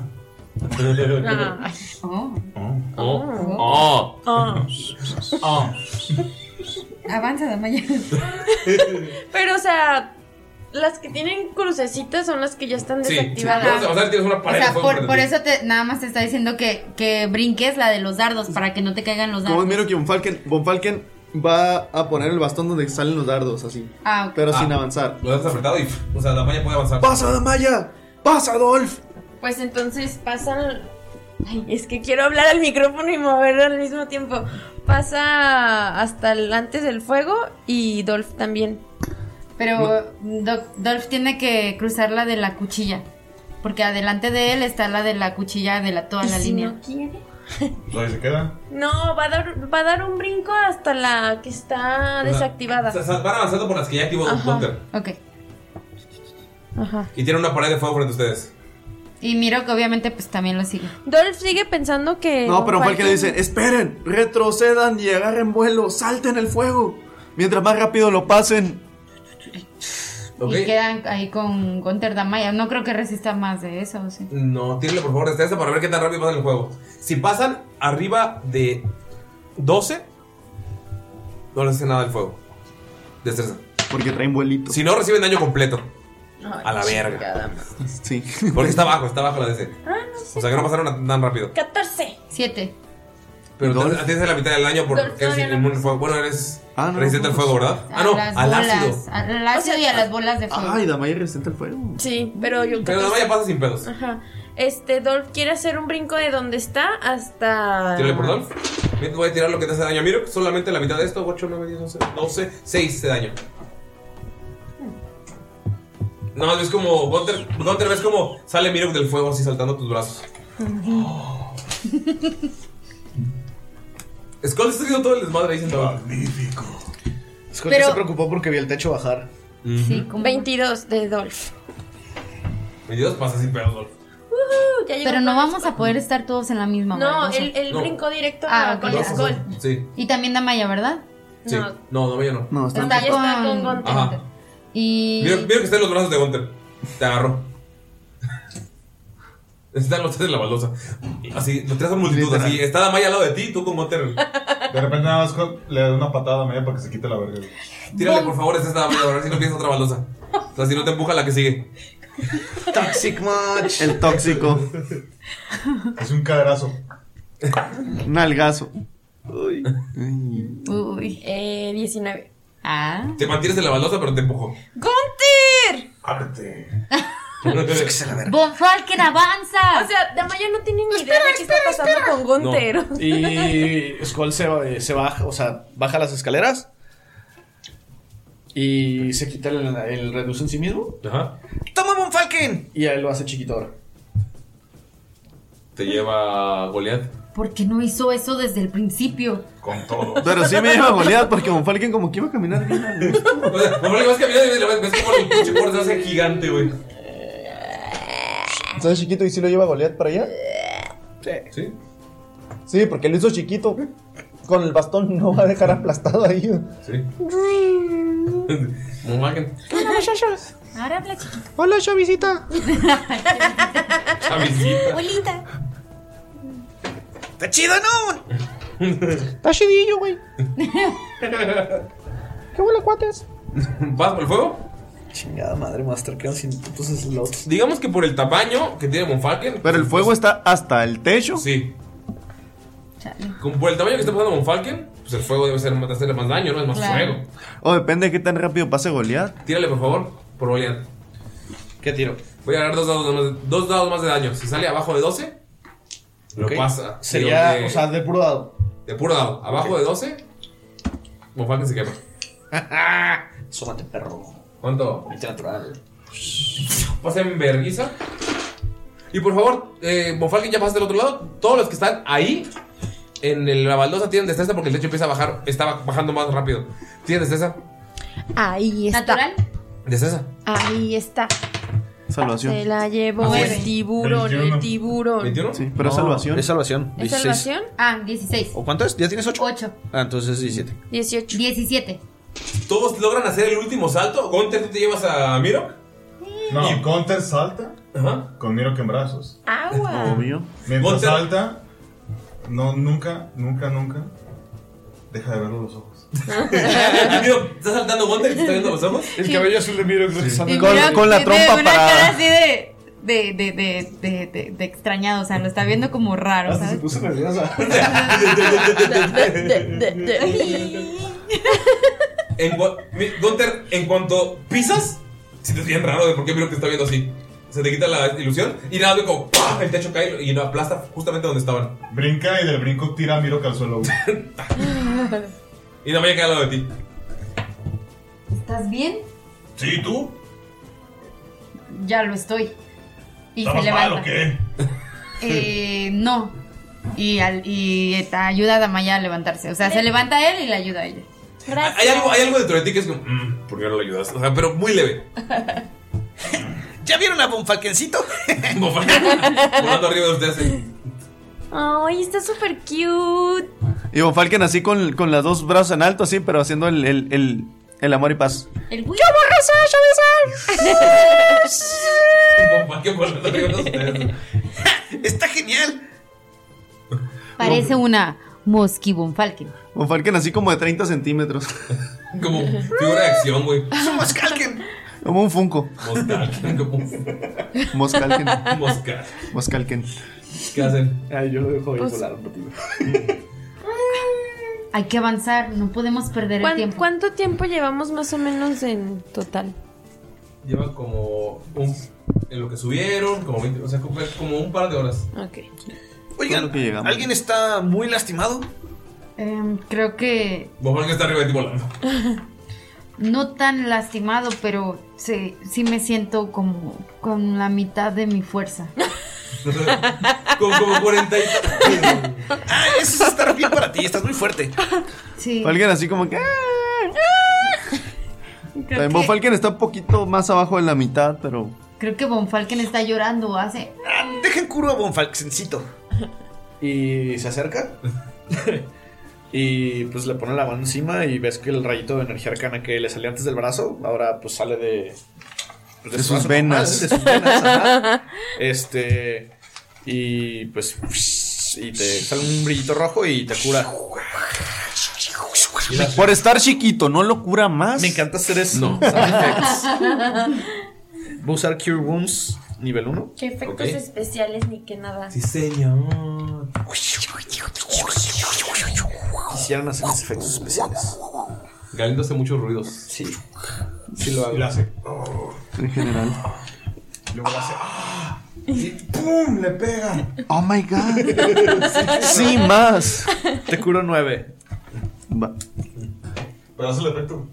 Oh. Oh. Oh. Oh. Avanza, Damaya. Pero, o sea, las que tienen crucecitas son las que ya están Sí, desactivadas. sí. O sea, tienes una O pared de sea, fuego por, frente por a ti. eso te, nada más te está diciendo que, que brinques la de los dardos para que no te caigan los Como dardos. miro que Von Falken, Von Falken va a poner el bastón donde salen los dardos, así. Ah, ok. Pero Ah. sin avanzar. Lo dejas apretado y, o sea, Damaya puede avanzar. ¡Pasa, Damaya! ¡Pasa, Dolph! Pues entonces pasan. Ay, es que quiero hablar al micrófono y mover al mismo tiempo. Pasa hasta el antes del fuego y Dolph también. Pero Do- Dolph tiene que cruzar la de la cuchilla. Porque adelante de él está la de la cuchilla de la, toda ¿Y la si línea. no quiere? ¿Dónde se queda? No, va a dar, va a dar un brinco hasta la que está O sea, desactivada. o sea, van avanzando por las que ya activó Ajá. Gunther. Ok. Ajá. Y tiene una pared de fuego frente a ustedes. Y Miro que obviamente pues también lo sigue. Dolph sigue pensando que. No, pero Von Falken le dice, esperen, retrocedan y agarren vuelo, salten el fuego. Mientras más rápido lo pasen. Ok. Y quedan ahí con Gunther Damaya. No creo que resista más de eso, ¿o sí? No, tírenle por favor destreza para ver qué tan rápido pasan el juego. Si pasan arriba de doce, no les hace nada el fuego. Destreza. Porque traen vuelito. Si no, reciben daño completo. Ay, A la verga. chingada. Sí. Porque está abajo, está abajo la D C. Ah, no sé. O sea que no pasaron a- tan rápido. catorce. Siete. Pero Dolph. te- tienes la mitad del daño Dolph porque eres todavía no inmune al fuego. Bueno, eres Ah, no, resistente al pues. fuego, ¿verdad? Ah, no, las al bolas, ácido. Al ácido y a las bolas de fuego. Ay, Damaya resistente al fuego. Sí, pero yo Pero nada más ya pasa sin pedos. Ajá. Este, Dolph quiere hacer un brinco de donde está hasta. Tírale por Dolph. Bien, te voy a tirar lo que te hace daño. Miro, solamente la mitad de esto. ocho, nueve, diez, once, doce, seis de daño. No, ves como Gunter, Gunter ves como sale Mirok del fuego así saltando a tus brazos. Skull está haciendo todo el desmadre ahí sentado. Magnífico. Skull Pero- se preocupó porque vio el techo bajar. Sí, como... veintidós de Dolph. veintidós pasa sin pedos, Dolph. Uh, ya llegó Pero no con vamos Skull. a poder estar todos en la misma No, baldosa. él, él No. brincó directo Ah, a- ok, con ya. Skull. Sí, Y también Damaya, ¿verdad? sí. No. No, no, yo no. No, está Está ya con... está con Gunther. Ajá. Y... Mira, mira que está en los brazos de Gunter. Te agarró. Están los tres en la baldosa. Así, los tres son multitud. Literal. Así, está Damaya al lado de ti y tú con Gunter. De repente nada más con- le da una patada a media para que se quite la verga. Tírale, por favor, esta Damaya, a ver si no tienes otra baldosa. O sea, si no te empuja la que sigue. Toxic much. El tóxico. Es un cadrazo. Un algazo. Uy. Uy. Eh, diecinueve. Ah. Te mantienes en la baldosa, pero te empujó. ¡Gunter! Ábrete. Von Falken avanza. O sea, Damaya no tiene ni idea de qué está pasando con Gunter. No. Y Skull se, se baja, o sea, baja las escaleras. Y se quita el, el reduce en sí mismo. Ajá. ¡Toma, Von Falken! Y a él lo hace chiquito ahora. Te lleva Goliath. ¿Por qué no hizo eso desde el principio? Con todo. Pero sí me lleva Goliath porque Von Falken como que iba a caminar bien al gusto. O sea, Von Falken vas caminando y ves, ves como el pinche porro se hace gigante, güey. ¿Sabes chiquito y si lo lleva Goliath para allá? Sí. ¿Sí? Sí, porque lo hizo chiquito. Con el bastón no va a dejar aplastado ahí. Sí. Von Falken. Hola, muchachos. Ahora habla chiquito. Hola, chavisita. Chavisita. Abuelita. ¡Está chido, no! Está chidillo, güey. ¿Qué huele, cuates? ¿Vas por el fuego? Chingada madre, Master, quedan sin putos slots. Digamos que por el tamaño que tiene Von Falken. Pero el fuego está hasta el techo. Sí. Como por el tamaño que está pasando Von Falken, pues el fuego debe ser, hacerle más daño, ¿no? Es más Claro. fuego. O depende de qué tan rápido pase Goliath. Tírale, por favor, por Goliath. ¿Qué tiro? Voy a ganar dos dados más, dos dados más de daño. Si sale abajo de doce, lo Ok. pasa. Sería, Digo, de, o sea, de puro dado. de puro dado. Abajo de doce, Von Falken se quema. Sómate, perro. ¿Cuánto? veinte natural. Pasa en vergüenza. Y por favor, eh, Von Falken, ya pasaste del otro lado. Todos los que están ahí en el- la baldosa tienen destreza porque el techo empieza a bajar. Está bajando más rápido. ¿Tienen destreza? Ahí está. ¿Natural? Destreza. Ahí está. Salvación. Se la llevó Ah, el sí. tiburón, veintiuno. el tiburón. ¿veintiuno? Sí, pero es No, salvación. Es salvación. ¿Es dieciséis. salvación? Ah, dieciséis. ¿O cuánto es? ¿Ya tienes ocho? ocho. Ah, entonces es diecisiete. dieciocho. diecisiete. Todos logran hacer el último salto. Gunter, ¿tú te llevas a Miro? No, y Counter salta Ajá. con Miro que en brazos. Agua. Obvio. Mientras Gunter. salta, no, nunca, nunca, nunca deja de verlo los ojos. Miro, ¿estás saltando Gunter y te está viendo los ojos? El cabello azul de Miro. Y Con- mira, con la tiene trompa una para- cara así de. De, de, de, de, de, de extrañado, o sea, lo está viendo como raro, Hasta se ¿sabes? puso nerviosa. En cua- mi- Gunter, en cuanto pisas, sientes bien raro de por qué Miro te está viendo así. Se te quita la ilusión y nada, ve como ¡pah! El techo cae y no aplasta justamente donde estaban. Brinca y del brinco tira a Miro que al suelo. Y no me haya quedado al lado de ti. ¿Estás bien? ¿Sí, tú? Ya lo estoy. Y se ¿Estamos levanta. mal o qué? Eh, no. Y, al, y te ayuda a Damaya a levantarse. O sea, se levanta él y le ayuda a ella. Gracias. Hay algo, hay algo dentro de ti que es como, mmm, ¿por qué no lo ayudas? O sea, pero muy leve. ¿Ya vieron a Von Falkencito? Como volando arriba de ustedes. Ay, está súper cute. Y Von Falken así con, con los dos brazos en alto, así, pero haciendo el, el, el, el amor y paz. El ¡Qué borraza, chavisa! Como, ¿qué volando arriba de ustedes? Está genial. Parece una Mosqui Von Falken. Von Falken así como de treinta centímetros. Como figura de acción, güey. Somos Calken. Como un Funko. Moscalken, como Moscalken. Moscal. Moscalken. ¿Qué hacen? Ay, yo lo dejo ahí Pues- volar un ratito. Hay que avanzar, no podemos perder el ¿Cuán- tiempo. ¿Cuánto tiempo llevamos más o menos en total? Llevan como un, en lo que subieron, como veinte, o sea, como, como un par de horas. Ok. Oigan, Todo lo que llegamos. ¿alguien está muy lastimado? Em, creo que Von Falken está arriba de ti volando. no tan lastimado, pero sí, sí me siento como con la mitad de mi fuerza. Como, como cuarenta y... Ah, eso está bien para ti, estás muy fuerte. Sí. Falken así como que. Creo También Von que, Falken está un poquito más abajo de la mitad, pero. creo que Von Falken está llorando, hace. Ah, dejen curo a Von Falkencito. Y se acerca. Y pues le pone la mano encima y ves que el rayito de energía arcana que le salía antes del brazo, ahora pues sale de... pues, De su sus brazo venas. normal, de sus venas, ajá. Este... Y pues... Y te sale un brillito rojo y te cura. Por estar chiquito, ¿no lo cura más? Me encanta hacer eso. No. Voy a usar Cure Wounds nivel uno. ¿Qué efectos Ok. especiales ni que nada? Sí, señor. Quisieran hacer mis efectos especiales. Galindo hace muchos ruidos. Sí. Sí lo hago. Y lo hace. En general. Luego lo hace. Y ¡pum! Le pega. Oh my god. Sí, más. Te curo nueve. Va. Pero hace el efecto.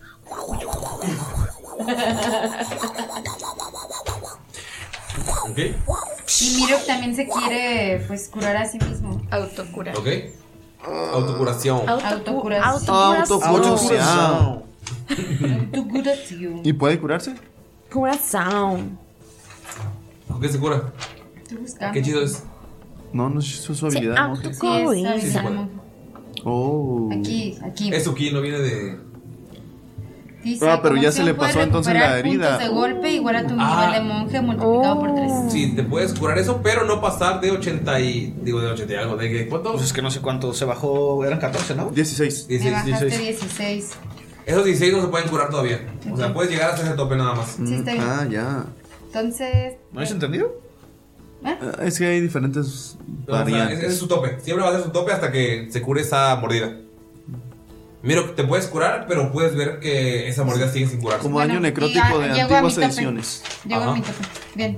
Ok. Y Mirok también se quiere, pues, curar a sí mismo. Autocura. Ok. Autocuración. Autocuración. Autocuración. Autocuración. ¿Y puede curarse? Corazón. ¿Con qué se cura? Estoy buscando. Qué chido es. No, no es su, su habilidad. monje. Sí, es habilidad Sí, sí de puede. monje. Oh. Aquí, aquí. Es ki, no viene de. Dice, Ah, pero como ya se le acción pasó puedes entonces la recuperar herida. puntos de golpe igual a tu Ah. nivel de monje multiplicado por tres. Sí, te puedes curar eso, pero no pasar de ochenta y. Digo, de ochenta y algo. ¿De qué? ¿Cuánto? Pues es que no sé cuánto se bajó. Eran catorce, ¿no? dieciséis. Me dieciséis. bajaste dieciséis. dieciséis. Esos dieciséis no se pueden curar todavía. O sea, puedes llegar hasta ese tope nada más. Sí, está bien. Ah, ya. Entonces, ¿No habéis entendido? Ah, Es que hay diferentes No, o sea, ese variantes. ese es su tope. Siempre va a ser su tope hasta que se cure esa mordida. Mira, te puedes curar, pero puedes ver que esa mordida sigue sin curarse. Como Bueno, daño y necrótico a- de llego a antiguas mi tope. ediciones. llego Ajá. a mi tope. Bien.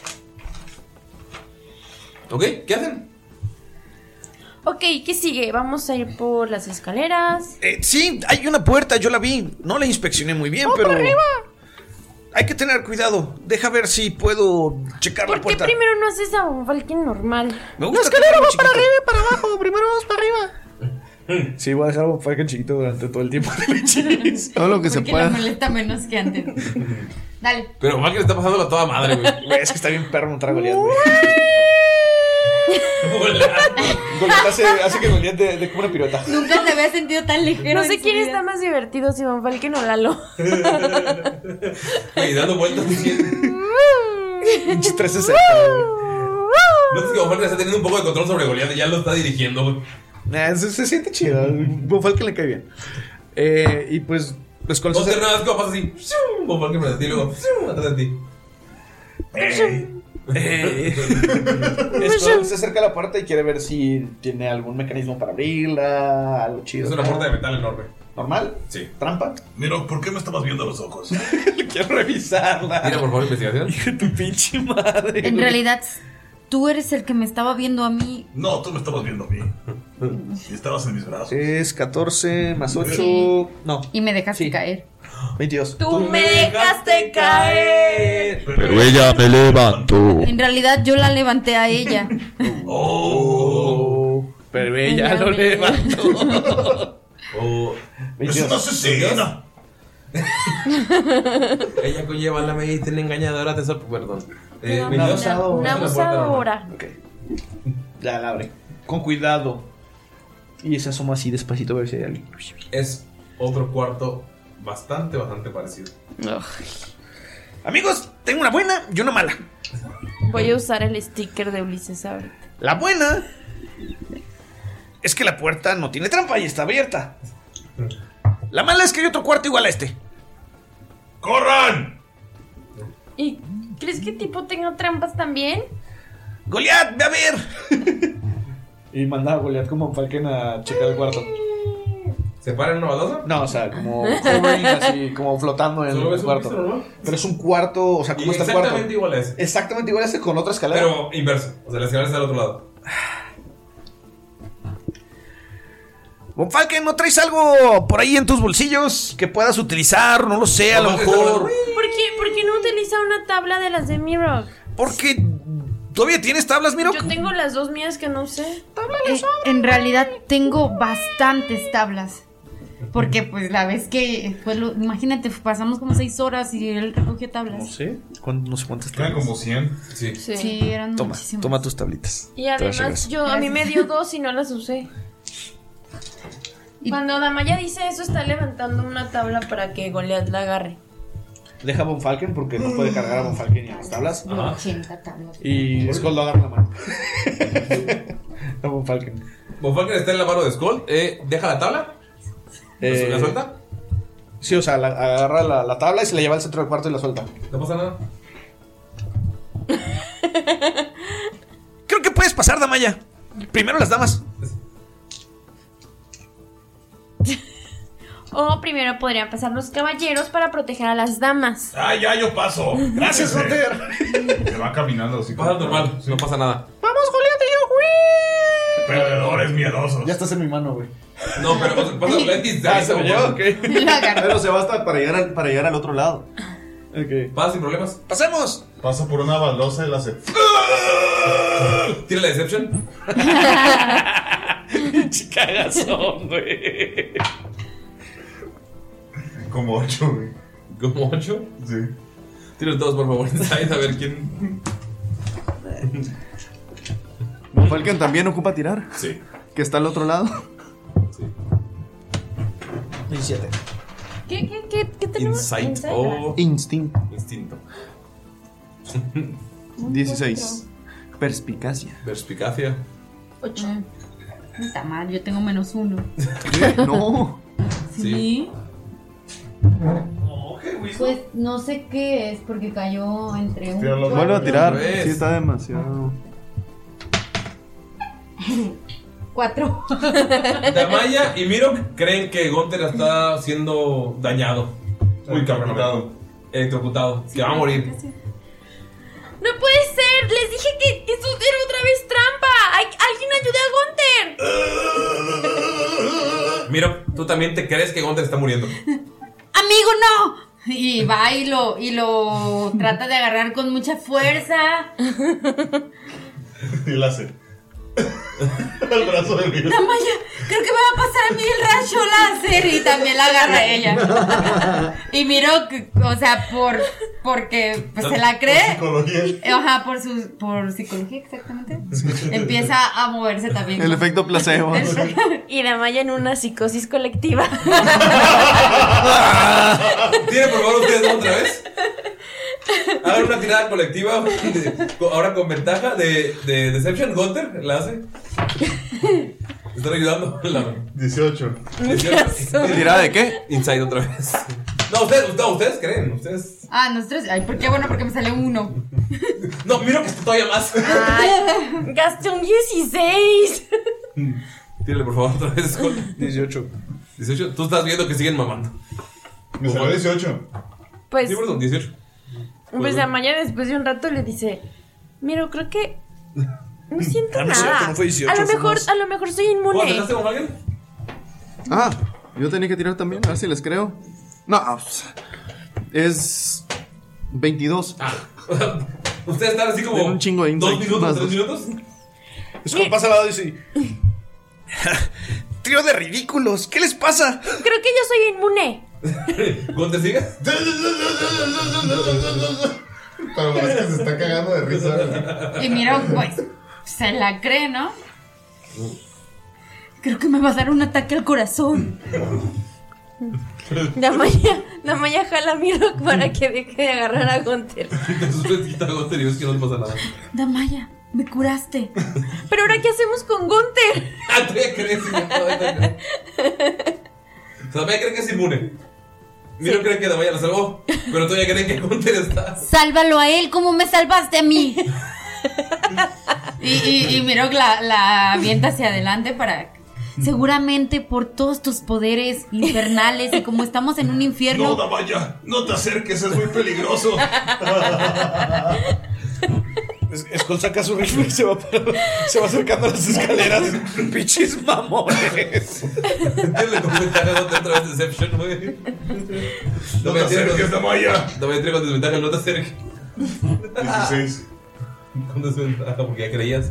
¿Ok? ¿Qué hacen? Ok, ¿qué sigue? Vamos a ir por las escaleras. Eh, sí, hay una puerta, yo la vi. No la inspeccioné muy bien, pero. Hay que tener cuidado. Deja ver si puedo checar ¿Por la qué puerta. primero no haces a un Falken normal? Me gusta. La escalera va para arriba y para abajo. Primero vamos para arriba. Sí, voy a dejar un Falken chiquito durante todo el tiempo del hechizo. Todo lo que se Porque la pueda. molesta menos que antes. Dale. Pero Falken está pasándolo a toda madre, güey. Güey, es que está bien perro montar a Goliath, güey. Goliath hace, hace que Goliath de, de como una pirueta. Nunca se había sentido tan ligero. No sé en su quién vida. está más divertido, si Van Falken o Lalo. Y dando vueltas diciendo. Pinche trescientos sesenta, güey. Notas que Von Falken está teniendo un poco de control sobre Goliath y ya lo está dirigiendo, güey. Nah, se, se siente chido. Von Falken le cae bien. Eh, y pues. Pues con No hacer nada, es como pasa así. Von Falken frente a ti y luego atrás de ti. Eh, Skull se acerca a la puerta y quiere ver si tiene algún mecanismo para abrirla, algo chido. Es una puerta de metal enorme. ¿Normal? Sí. ¿Trampa? Miro, ¿por qué me estabas viendo a los ojos? Quiero revisarla. Tira, por favor, investigación. Hijo de tu pinche madre. En güey. realidad, tú eres el que me estaba viendo a mí. No, tú me estabas viendo a mí. Y estabas en mis brazos. Es catorce más ocho. Sí. No, Y me dejaste Sí. caer. veintidós. Tú me dejaste caer. Pero ella me levantó. En realidad, yo la levanté a ella. Oh, pero ella lo levantó. Oh. es una asesina. Ella conlleva la medicina engañadora, te sor... Perdón. Eh, Una veintidós. abusadora. Una Es una puerta normal. abusadora. Ok. Ya la abre. Con cuidado. Y se asoma así despacito a ver si hay alguien. Es otro cuarto bastante, bastante parecido. Amigos, tengo una buena y una mala. Voy a usar el sticker de Ulises ahorita. La buena es que la puerta no tiene trampa y está abierta. La mala es que hay otro cuarto igual a este. ¡Corran! ¿Y crees que tipo tenga trampas también? Goliath, ve a ver. Y manda a Goliath como Falken a checar el cuarto. ¿Se para en una baldosa? No, o sea, como hovering, así, como flotando en ¿Solo ves el un cuarto. piso normal? Pero es un cuarto, o sea, Y ¿cómo está el cuarto? exactamente igual a ese. Exactamente igual a ese con otra escalera. Pero inverso. O sea, la escalera está al otro lado. Von Falken, ¿no traes algo por ahí en tus bolsillos que puedas utilizar? No lo sé, a lo No, mejor. ¿Por qué, ¿Por qué no utiliza una tabla de las de Mirok? Porque todavía tienes tablas, Miro. Yo tengo las dos mías que no usé. Eh, en realidad, tengo bastantes tablas. Porque, pues, la vez que fue lo- imagínate, pasamos como seis horas y él recogió tablas. No sé, ¿cuán- no sé cuántas Eran tablas. como cien. Sí. Sí. Sí, eran Toma, muchísimas. toma tus tablitas. Y Te las además, regreso. yo a mí me dio dos y no las usé. Y- Cuando Damaya dice eso, está levantando una tabla para que Goliath la agarre. Deja a Von Falken porque no puede cargar a Von Falken ni a las tablas. Ajá. ochenta tablas. Y Skull lo agarra en la mano. A Von Falken. Von Falken está en la mano de Skull. Eh, deja la tabla. Eh, ¿La suelta? Sí, o sea, la- agarra la, la tabla y se la lleva al centro del cuarto y la suelta. No pasa nada. Creo que puedes pasar, Damaya. Primero las damas. O primero podrían pasar los caballeros para proteger a las damas. Ah, ya, yo paso. Gracias, Gunter. Se va caminando así. Pasa normal, no pasa nada. Vamos, Julián y yo, güey. Perdedores miedosos. Ya estás en mi mano, güey. No, pero pasa, pasa Letis. Ah, se lo lleva, ok. Pero se basta para llegar al, para llegar al otro lado. Ok. Pasa sin problemas. ¡Pasemos! Pasa por una baldosa y la hace. Tira la Deception. Chicagazón, güey. Como ocho, güey. ¿Como ocho? Sí. Tira todos, por favor, inside, a ver quién. Falcon también ocupa tirar. Sí. Que está al otro lado. Sí. diecisiete. ¿Qué, qué, qué, qué tenemos? Insight o. Instinto. Instinto. dieciséis. Perspicacia. Perspicacia. Ocho. Está mal, yo tengo menos uno. No. Sí. Pues no sé qué es porque cayó entre un. Tíralo. Vuelve a tirar. Otra vez. Sí, está demasiado. Cuatro. Damaya y Miro creen que Gunter está siendo dañado. Muy cabrón. Electrocutado. Que va a morir. ¡No puede ser! ¡Les dije que, que eso era otra vez trampa! ¡Ay, ¡Alguien ayude a Gunter! Miro, tú también te crees que Gunter está muriendo. ¡Amigo, no! Y va y lo, y lo trata de agarrar con mucha fuerza. Y la hace. Al brazo de Miro. Damaya, creo que me va a pasar a mí el rayo láser. Y también la agarra ella. Y miro, que, o sea, por porque pues, se la cree. Por psicología. Ajá, por su por psicología, exactamente. Empieza a moverse también. El efecto placebo. Y Damaya en una psicosis colectiva. ¿Tienen por favor ustedes dos otra vez? Hagan una tirada colectiva. de- ahora con ventaja de, de Deception. Gunter la hace. Están ayudando. La, dieciocho. ¿Tirada de qué? Inside otra vez. No, ustedes, no, ustedes creen. Ustedes. Ah, nosotros. Ay, ¿por qué? Bueno, porque me salió uno. No, Miro que está todavía más. Ay, gasté un dieciséis. Tírale por favor otra vez. Con dieciocho. dieciocho. Tú estás viendo que siguen mamando. Me salió dieciocho. Pues, Sí, perdón, dieciocho. pues Damaya después de un rato le dice: Miro, creo que no siento Ah, no es nada. cierto, no fue dieciocho, a lo fue mejor, más. a lo mejor soy ¿Cuándo inmune. tiraste con alguien? Ah, yo tenía que tirar también. A ver si les creo. No, pues, es veintidós. Ah. Ustedes están así como. Tengo un chingo de ¿Dos insight, minutos? más ¿Tres dos. minutos? Es como pasa al lado y dice: Trío de ridículos, ¿qué les pasa? Creo que yo soy inmune. ¿Gunter sigue? Pero es que se está cagando de risa. Y miro, pues, se la cree, ¿no? Creo que me va a dar un ataque al corazón. Damaya, Damaya jala a Miro para que deje de agarrar a Gunter. Te suspendiste a Gunter y ves que no le pasa nada. Damaya, me curaste. Pero ahora, ¿qué hacemos con Gunter? Ah, todavía crees. Todavía creen que es inmune. Miro cree que Damaya la salvó. Pero todavía creen que Gunter está. Sálvalo a él como me salvaste a mí. y, y, y miro la, la avienta hacia adelante para. Seguramente por todos tus poderes infernales y como estamos en un infierno. No, Damaya, no te acerques, es muy peligroso. Skull saca su rifle y se va, para- se va acercando a las escaleras. Pinches mamones. Le comentaron otra vez Deception, güey. No te acerques, Damaya. No me entrego con desventaja, no te acerques. dieciséis. Con desventaja, porque ya creías.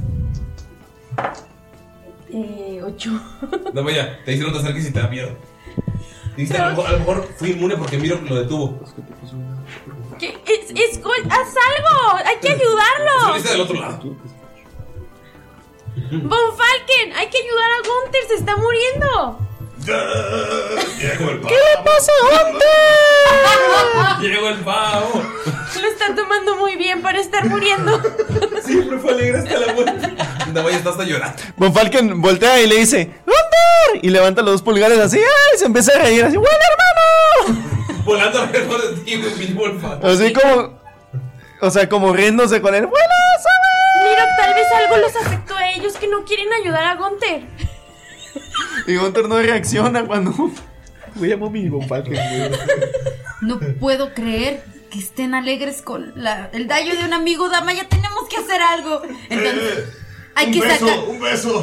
Eh, ocho. Damaya, te dicen no te acerques y te da miedo. Dijiste, a lo mejor, a lo mejor fui inmune porque Miro lo detuvo. ¿Qué? Es, es, haz algo. Hay que ayudarlo. Estuviste del otro lado. Von Falken, hay que ayudar a Gunter. Se está muriendo. Llegó el ¿Qué le pasa a Gunter? Llegó el pavo. Lo está tomando muy bien para estar muriendo. Siempre fue alegre hasta la muerte. Damaya está hasta llorando. Von Falken voltea y le dice: ¡Gunter! Gunter! Y levanta los dos pulgares así, ¡ay! Se empieza a reír así, ¡bueno, hermano! Volando alrededor de ti, un mismo olfato. Así como, o sea, como riéndose con él, ¡bueno, sabe! Mira, tal vez algo los afectó a ellos que no quieren ayudar a Gunter. Y Gunter no reacciona cuando... Voy a mami Von Falken, güey. No puedo creer que estén alegres con la, el daño de un amigo. Damaya, tenemos que hacer algo. Entonces, hay un que beso, sacar... un beso.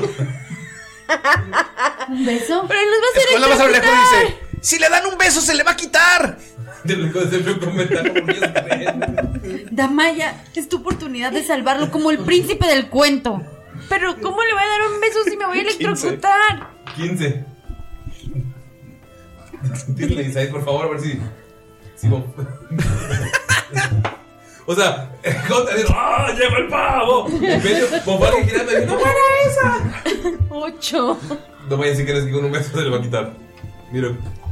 ¿Un beso? Pero nos va a hacer Escuela más a lo lejos electrocutar. dice: si le dan un beso, se le va a quitar. De lejos se me comentaron porque ellos creen. Damaya, es tu oportunidad de salvarlo como el príncipe del cuento. Pero ¿cómo le voy a dar un beso si me voy a electrocutar? quince. Dile Isaias, por favor, a ver si. si no. O sea, Gunter dice: ¡ah! ¡Llegó el pavo! En medio, Von Falken girando y ¡no para esa! Ocho. No vaya a decir que eres que con un beso se le va a quitar. Mira.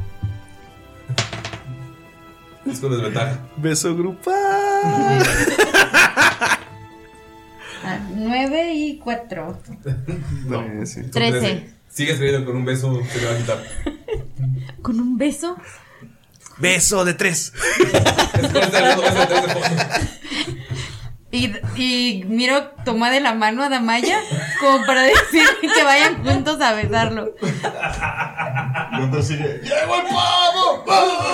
Es con desventaja. Beso grupal. Ah, nueve y cuatro. No, sí. Trece. Sigues creyendo con un beso se le va a quitar. ¿Con un beso? Beso de tres. Y, y Miro toma de la mano a Damaya como para decir que vayan juntos a besarlo. Gunter sigue. ¡Llegó el pavo!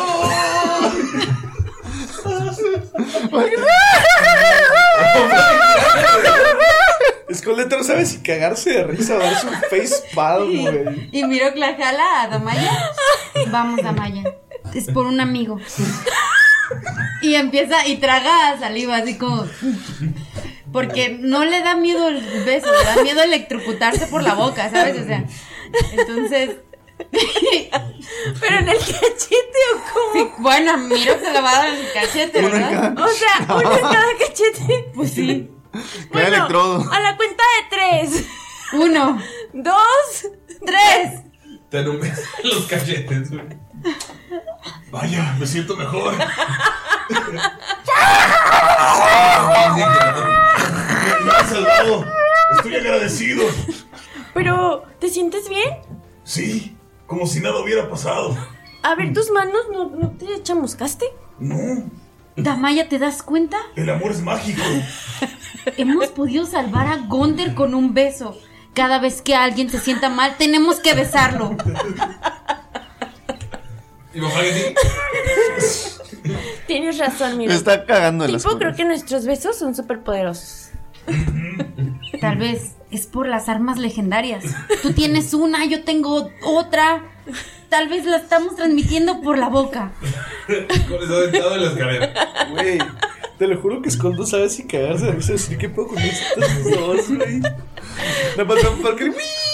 Escoleta no sabe si cagarse de risa o darse un face palm, güey. Y Miro la jala a Damaya. Vamos, Damaya. Es por un amigo. Y empieza y traga saliva así como... Porque no le da miedo el beso, le da miedo electrocutarse por la boca, ¿sabes? O sea, entonces... Pero en el cachete o cómo. Sí, bueno, Miro se lo va a dar en el cachete, ¿verdad? O sea, uno en cada cachete. Pues sí. Bueno, electrodo. A la cuenta de tres. Uno, dos, tres. Te dan un beso en los cachetes, güey. Vaya, me siento mejor. Me has salvado. Estoy agradecido. Pero, ¿te sientes bien? Sí, como si nada hubiera pasado. A ver, tus manos, ¿no, no te chamuscaste? No, Damaya, ¿te das cuenta? el amor es mágico. Hemos podido salvar a Gunter con un beso. Cada vez que alguien se sienta mal, tenemos que besarlo. Y Von Falken sí. Tienes razón, mira. Me está cagando en las Tipo, creo cosas. que nuestros besos son súper poderosos. Tal vez es por las armas legendarias. Tú tienes una, yo tengo otra. Tal vez la estamos transmitiendo por la boca. Con eso sentado en la escalera. Güey, te lo juro que Skull no sabe si cagarse de risa. Decir, ¿qué puedo con estos dos, güey? Nada más Von Falken.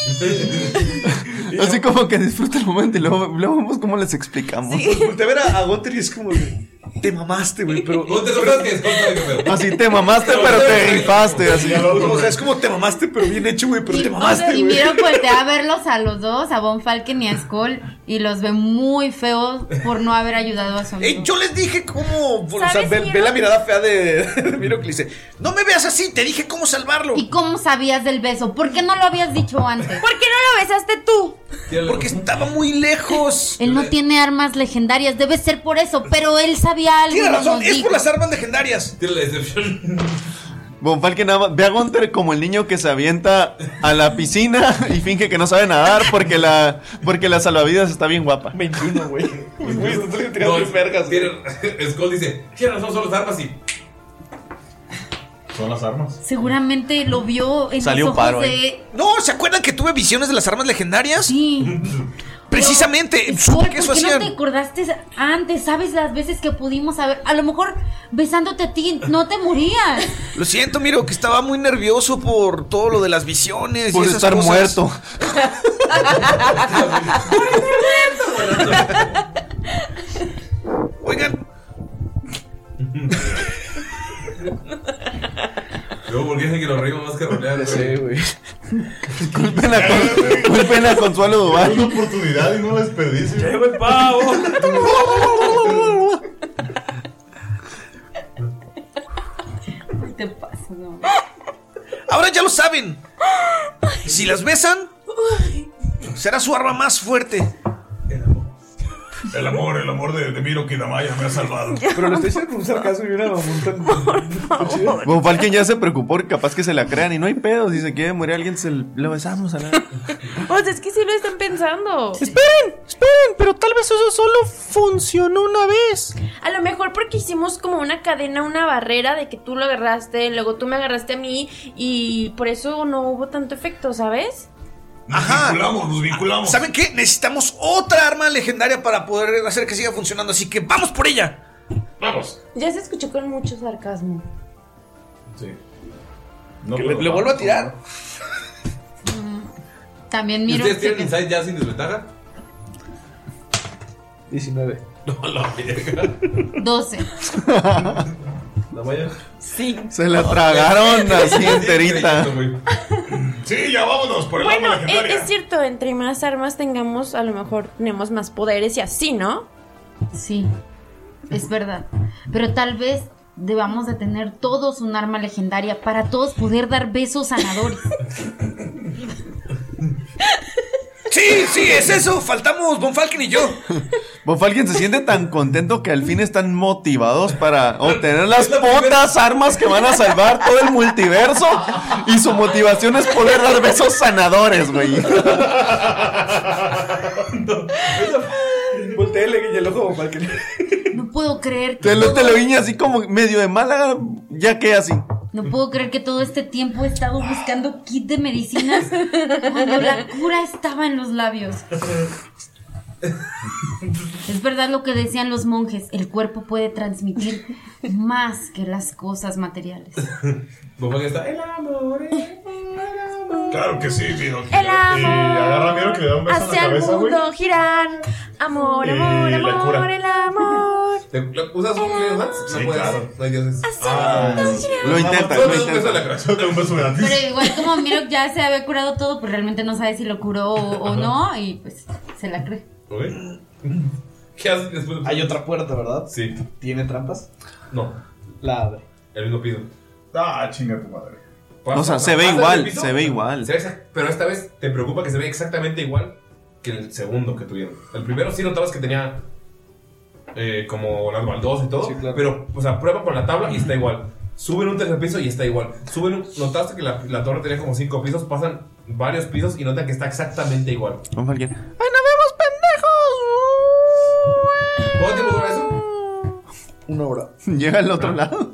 Así como que disfruta el momento y luego, luego vemos cómo les explicamos. Pues volteé a ver a, a Gunter y es como de, te mamaste, güey, pero... ¿Cómo te acuerdas que es Gunter? Así te mamaste, pero te rifaste. Así. O sea, es como te mamaste, pero bien hecho, güey, pero Y, te mamaste, y güey. Miro voltea a verlos a los dos, a Von Falken y a Skull, y los ve muy feos por no haber ayudado a su amigo. Eh, yo les dije cómo... O sea, ¿Sabes, ve, Miro? ve la mirada fea de, de Miro que le dice, no me veas así, te dije cómo salvarlo. ¿Y cómo sabías del beso? ¿Por qué no lo habías dicho antes? ¿Por qué no lo besaste tú? Porque estaba muy lejos. Él no tiene armas legendarias, debe ser por eso, pero él sabía algo. Tiene y no razón, nos es dijo. por las armas legendarias. Tiene la decepción. Von Falken nada más ve a Gunter como el niño que se avienta a la piscina y finge que no sabe nadar porque la porque la salvavidas está bien guapa. veintiuno, güey. Güey, estás tirando No, mis vergas, güey. tiene- Skull dice: ¿Tienes razón? Son las armas y. Son las armas. Seguramente lo vio en Salió los ojos paro, de... ¿eh? No, ¿se acuerdan que tuve visiones de las armas legendarias? Sí. Precisamente, Pero, supe Skull, que eso ¿por qué no hacían. te acordaste antes? ¿Sabes las veces que pudimos haber... A lo mejor besándote a ti no te morías. Lo siento, Miro, que estaba muy nervioso por todo lo de las visiones Por y esas estar cosas. muerto. Oigan, Luego, ¿por qué dicen que nos reímos más que rolear? sí, güey. Culpen a, culpen a Consuelo Duval. Una oportunidad y no la desperdicio. ¡Llegó el pavo! ¿Qué te pasa? No. Ahora ya lo saben. Si las besan, será su arma más fuerte. El amor, el amor de, de Miro Kidamaya me ha salvado. Pero lo estoy diciendo con un sarcasmo y una montaña. Von Falken ya se preocupó, capaz que se la crean y no hay pedo. Si se quiere morir alguien, se lo besamos a la. O sea, es que sí lo están pensando. Esperen, esperen, pero tal vez eso solo funcionó una vez. A lo mejor porque hicimos como una cadena, una barrera de que tú lo agarraste, luego tú me agarraste a mí y por eso no hubo tanto efecto, ¿sabes? Nos Ajá. vinculamos, nos vinculamos. ¿Saben qué? Necesitamos otra arma legendaria para poder hacer que siga funcionando, así que ¡vamos por ella! ¡Vamos! Ya se escuchó con mucho sarcasmo. Sí. No le, le vuelvo a tirar. También ¿Y miro. ustedes tienen insight ya sin desventaja? diecinueve. No, la verga. doce. ¿La vaya? Sí. Se la tragaron así enterita. Sí, ya vámonos por el bueno, arma legendaria. es, es cierto, entre más armas tengamos, a lo mejor tenemos más poderes y así, ¿no? Sí, es verdad. Pero tal vez debamos de tener todos un arma legendaria para todos poder dar besos sanadores. Sí, sí, es eso. Faltamos Von Falken y yo. Von Falken se siente tan contento que al fin están motivados para obtener las putas armas que van a salvar todo el multiverso. Y su motivación es poder dar besos sanadores, güey. Volteele, guiña el ojo a Von Falken. No puedo creer que Te lo, todo... te lo guiña así como medio de mala, ya que así. No puedo creer que todo este tiempo he estado buscando kit de medicinas cuando la cura estaba en los labios. Es verdad lo que decían los monjes, el cuerpo puede transmitir más que las cosas materiales. ¿Cómo que está? El amor, el amor. Claro que sí, Miro. El amor. Y agarra a Miro que le da un beso en la hacia el cabeza, güey. mundo girar. Amor, Y amor, la amor, cura. el amor. ¿Te- lo- ¿Usas un Clear Hands? No Sí, puedes. claro. No hay dioses. Hacia el mundo girar. Lo intenta, Solo lo te doy un beso en la intenta. cara. Yo te doy un beso gratis. Pero igual como Miro ya se había curado todo, pues realmente no sabe si lo curó o, o no, y pues se la cree. ¿Ok? ¿Qué haces después? Hay otra puerta, ¿verdad? Sí. ¿Tiene trampas? No. La abre. El mismo piso. Ah, chinga tu madre. O sea, se ve ¿Pasa igual, el piso? se ve igual. Se ve exa- Pero esta vez te preocupa que se ve exactamente igual que el segundo que tuvieron. El primero sí notabas que tenía eh, como las baldosas y todo. Sí, claro. Pero, o sea, prueba con la tabla y está igual. Suben un tercer piso y está igual. Suben un- notaste que la, la torre tenía como cinco pisos. Pasan varios pisos y notan que está exactamente igual. Von Falken. ¡Ay, nos vemos, pendejos! ¿Cuánto tiempo dura eso? Una hora. Llega al otro lado.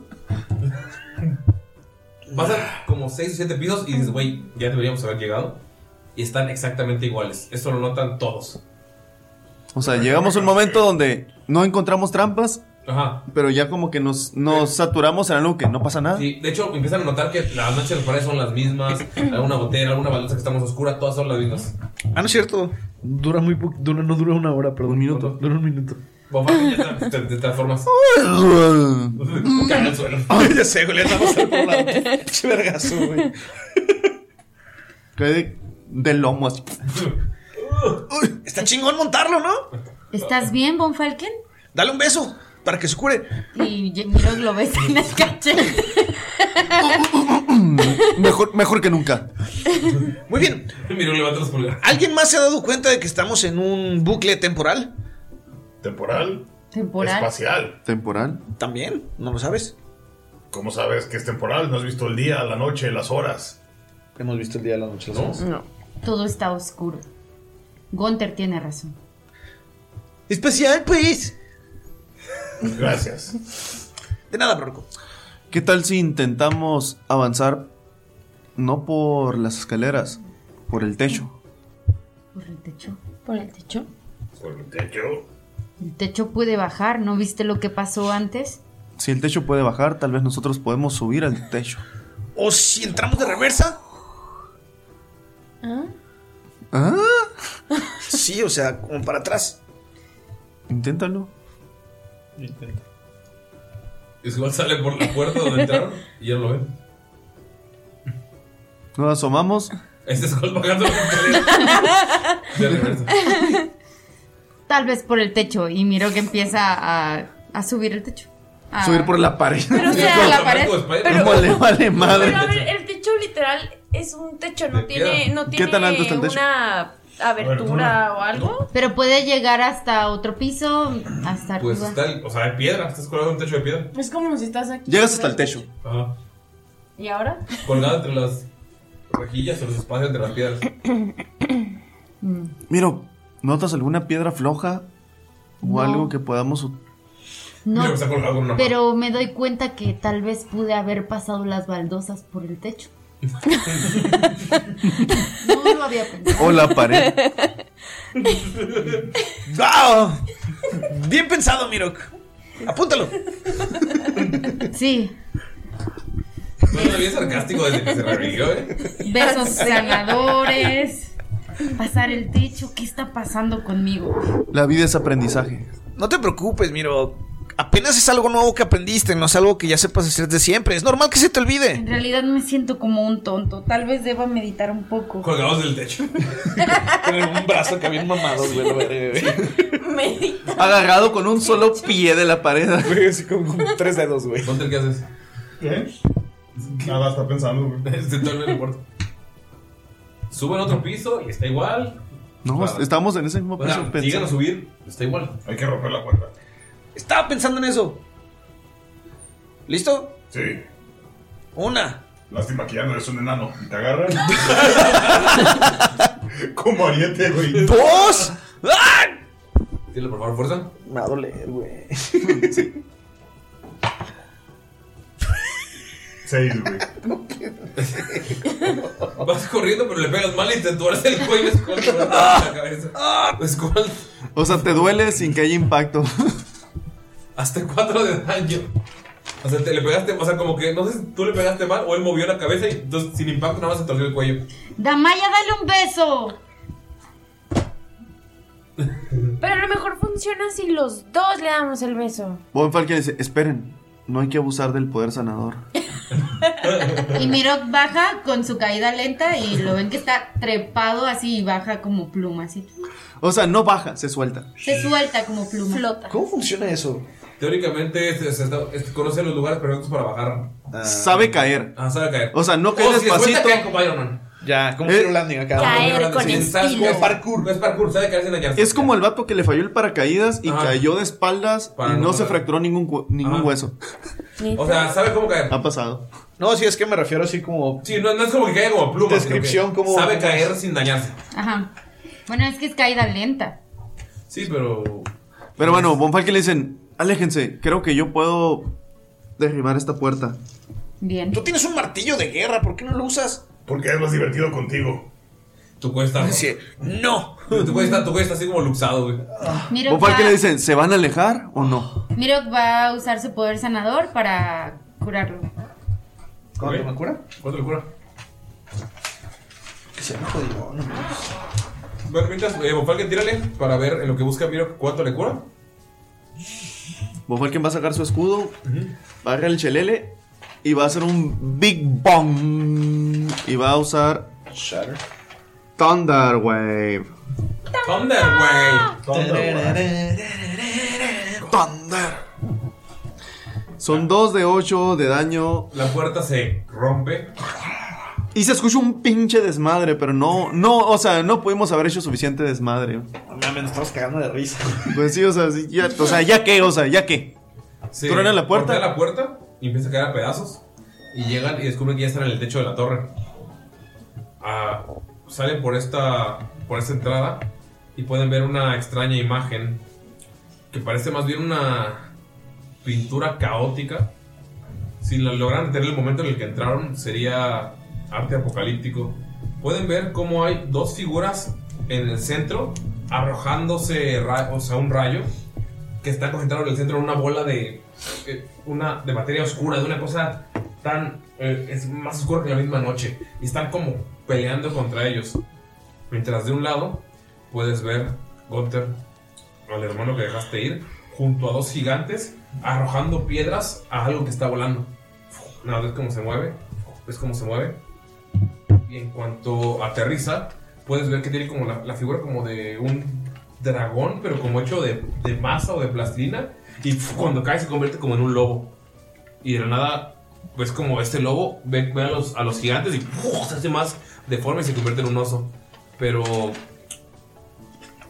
Pasan como seis o siete pisos y dices, güey, ya deberíamos haber llegado. Y están exactamente iguales. Esto lo notan todos. O sea, llegamos a un momento donde no encontramos trampas, Ajá. pero ya como que nos, nos saturamos en algo que no pasa nada. Sí, de hecho empiezan a notar que las manchas de las paredes son las mismas. Alguna botella, alguna baldosa que está más oscura, todas son las mismas. Ah, no es cierto. Dura muy poco. Dura, no dura una hora, perdón. Un minuto. Dura un minuto. Bofa, ya te, te, te transformas. Cae al suelo. Ay, ya sé, güey. Le estamos por un lado. Pinche vergazo, güey. Cae de, de lomo así. Uy, está chingón montarlo, ¿no? ¿Estás bien, Von Falken? Dale un beso para que se cure. Y ye- Miro lo besa en el cachete. Mejor, mejor que nunca. Muy bien. Miro, levanta los pulgares. ¿Alguien más se ha dado cuenta de que estamos en un bucle temporal? ¿Temporal? Temporal. Espacial. ¿Temporal? ¿También? ¿No lo sabes? ¿Cómo sabes que es temporal? ¿No has visto el día, la noche, las horas? Hemos visto el día de la noche. ¿No? No. Todo está oscuro. Gunther tiene razón. Especial, pues. Gracias. De nada, Broco. ¿Qué tal si intentamos avanzar no por las escaleras, por el techo? ¿Por el techo? ¿Por el techo? Por el techo. El techo puede bajar, ¿no viste lo que pasó antes? Si el techo puede bajar, tal vez nosotros podemos subir al techo. ¿O si entramos de reversa? ¿Ah? ¿Ah? Sí, o sea, como para atrás. Inténtalo. Es igual sale por la puerta donde entraron y ya no lo ven. Nos asomamos. Este es Skull bajando la escalera. De reversa. Tal vez por el techo. Y miro que empieza a, a subir el techo. A- Subir por la pared. Pero o Sí, sea, como la tamaño pared. como Spider- Pero, ¿Cómo le vale madre? pero a ver, el techo literal es un techo, no ¿De tiene, piedra? no ¿Qué tiene tan alto está el techo? una abertura o algo. Pero puede llegar hasta otro piso, hasta arriba. Pues está, el, o sea, hay piedra, estás colgado en un techo de piedra. Es como si estás aquí. Llegas hasta el techo. Ajá. ¿Y ahora? Colgado entre las rejillas o los espacios entre las piedras. Miro, ¿notas alguna piedra floja? ¿O No. algo que podamos... ut- No, Mira, está colgado con una mano. pero me doy cuenta que tal vez pude haber pasado las baldosas por el techo. No lo había pensado. O la pared. ¡Wow! Bien pensado, Mirok. Apúntalo. Sí, Bueno, bien sarcástico desde que se revivió, ¿eh? besos sanadores, pasar el techo. ¿Qué está pasando conmigo? La vida es aprendizaje. No te preocupes, Mirok. Apenas es algo nuevo que aprendiste, no es algo que ya sepas hacer de siempre. Es normal que se te olvide. En realidad me siento como un tonto. Tal vez deba meditar un poco. Colgados del techo. Con un brazo que habían mamado, güey. Lo veré, güey. Medita. Agarrado con un solo pie de la pared. Güey, así con, con tres dedos, güey. Ponte el que haces. ¿Qué? Nada, está pensando, güey. Este todo en el puerto. Sube a otro piso y está igual. No, Claro. estamos en ese mismo O piso. sea, pensando. sigan a subir, está igual. Hay que romper la puerta. Estaba pensando en eso. ¿Listo? Sí. Una. Lástima que ya no eres un enano. ¿Y te agarran? Como ariete, güey. ¡Dos! ¡Ah! Dile, por favor, fuerza. Me va a doler, güey. Seis, güey. Vas corriendo, pero le pegas mal y te tuerce el cuello. Es cual te va la cabeza. Es cual. O sea, te duele sin que haya impacto. Hasta cuatro de daño. O sea, te le pegaste, o sea, como que no sé si tú le pegaste mal o él movió la cabeza y entonces sin impacto nada más se torció el cuello. Damaya, dale un beso. Pero a lo mejor funciona si los dos le damos el beso. Von Falken dice, esperen, no hay que abusar del poder sanador. Y Mirok baja con su caída lenta y lo ven que está trepado así y baja como pluma, así. O sea, no baja, se suelta. Se suelta como pluma. Flota. ¿Cómo funciona eso? Teóricamente, este, se está- este, conoce los lugares perfectos para bajar. Sabe caer. Ah, sabe caer. O sea, no cae Oh, si despacito. después te caen como Iron Man. Ya, como Eh, Hero Landing acá. Caer con Sí, ¿sabes estilo. cómo? parkour. Es parkour, sabe caer sin dañarse. Es como el vato que le falló el paracaídas y Ajá. cayó de espaldas Para y no no se pasar. fracturó ningún, cu- ningún Ajá. hueso. O sea, sabe cómo caer. Ha pasado. No, sí, es que me refiero así como... Sí, no, no es como que caiga como pluma. Descripción, sino que como- sabe como- caer sin dañarse. Ajá. Bueno, es que es caída lenta. Sí, pero. Pero bueno, Von Falken le dicen, aléjense, creo que yo puedo derribar esta puerta. Bien. Tú tienes un martillo de guerra, ¿por qué no lo usas? Porque es más divertido contigo. Tu cuesta. Dice, no. Tu cuesta, tu cuesta así como luxado, güey. Mirok Von Falken va, le dicen, ¿se van a alejar o no? Mirok va a usar su poder sanador para curarlo. ¿Cuánto Ok. me cura? ¿Cuánto le cura? Que se me jodió, no mames. Bueno, mientras, eh, Von Falken, tírale para ver en lo que busca Miro cuánto le cura. Von Falken va a sacar su escudo, va a agarrar el chelele y va a hacer un Big Bang. Y va a usar Shatter. Thunder Wave. Thunder, güey. Thunder. Son dos de ocho de daño. La puerta se rompe. Y se escucha un pinche desmadre, pero no, no, o sea, no pudimos haber hecho suficiente desmadre. No mames, nos estamos cagando de risa. Pues sí, o sea, sí, ya, o sea, ya qué, o sea, ya qué. Sí, ¿Truena la puerta? golpea la puerta y empieza a caer a pedazos. Y llegan y descubren que ya están en el techo de la torre. Ah, salen por esta, por esta entrada y pueden ver una extraña imagen que parece más bien una pintura caótica. Si la logran detener el momento en el que entraron, sería arte apocalíptico. Pueden ver cómo hay dos figuras en el centro arrojándose ra- o sea, un rayo que está concentrado en el centro en una bola de eh, una de materia oscura, de una cosa tan eh, es más oscura que la misma noche, y están como peleando contra ellos. Mientras de un lado puedes ver, Gunther, al hermano que dejaste ir, junto a dos gigantes arrojando piedras a algo que está volando. Nada, ves cómo se mueve, ves cómo se mueve, y en cuanto aterriza puedes ver que tiene como la, la figura como de un dragón, pero como hecho de, de masa o de plastilina, y pf, cuando cae se convierte como en un lobo. Y de la nada, pues como este lobo ve, ve a, los, a los gigantes y pf, se hace más deforme y se convierte en un oso. Pero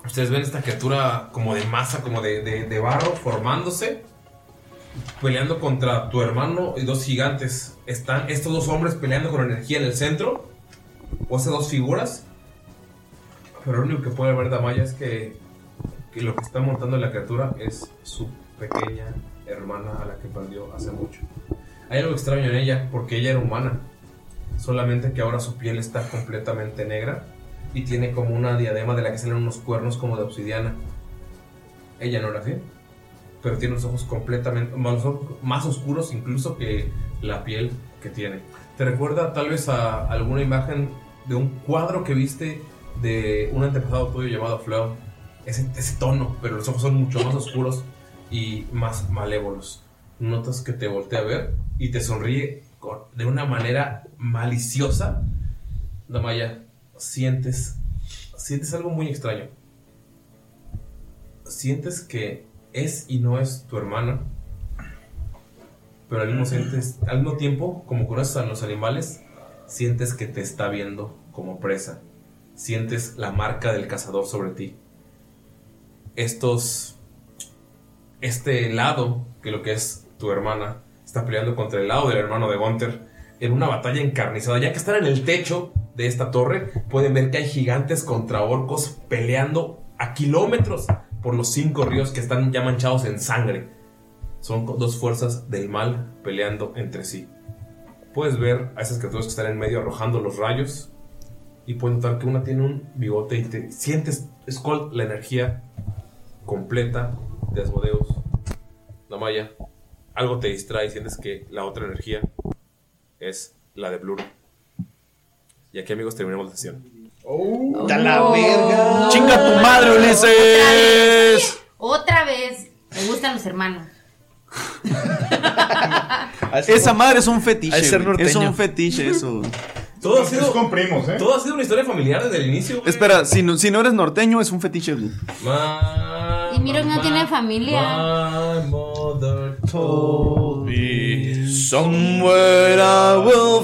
Ustedes ven esta criatura como de masa, como de, de, de barro, formándose, peleando contra tu hermano y dos gigantes. Están estos dos hombres peleando con energía en el centro, o esas dos figuras. Pero lo único que puede ver Damaya es que, que lo que está montando la criatura es su pequeña hermana a la que perdió hace mucho. Hay algo extraño en ella, porque ella era humana, solamente que ahora su piel está completamente negra y tiene como una diadema de la que salen unos cuernos como de obsidiana. Ella no era así, pero tiene los ojos completamente más, más oscuros incluso que la piel que tiene. ¿Te recuerda tal vez a alguna imagen de un cuadro que viste de un antepasado tuyo llamado Fleur? Ese, ese tono, pero los ojos son mucho más oscuros y más malévolos. Notas que te voltea a ver y te sonríe de una manera maliciosa. Damaya, sientes sientes algo muy extraño. Sientes que es y no es tu hermana, pero al mismo, sientes, al mismo tiempo, como conoces a los animales, sientes que te está viendo como presa. Sientes la marca del cazador sobre ti. Estos este lado, que lo que es tu hermana, está peleando contra el lado del hermano de Gunther en una batalla encarnizada. Ya que están en el techo de esta torre, pueden ver que hay gigantes contra orcos peleando a kilómetros por los cinco ríos que están ya manchados en sangre. Son dos fuerzas del mal peleando entre sí. Puedes ver a esas criaturas que están en medio arrojando los rayos, y puedes notar que una tiene un bigote y te sientes, Skull, la energía completa de Asmodeus. Damaya, algo te distrae y sientes que la otra energía es la de Blur. Y aquí, amigos, terminamos la sesión. ¡Oh! ¡Da la verga! ¡Chinga tu madre, Ulises! Otra vez. Me gustan los hermanos. Esa madre es un fetiche. Al ser güey. Es norteño. un fetiche eso. Todo ha sido, Es con primos, ¿eh? todo ha sido una historia familiar desde el inicio, güey. Espera, si no, si no eres norteño, es un fetiche. güey. Ma- Y Miro no ma- tiene familia. My mother told me. Somewhere I will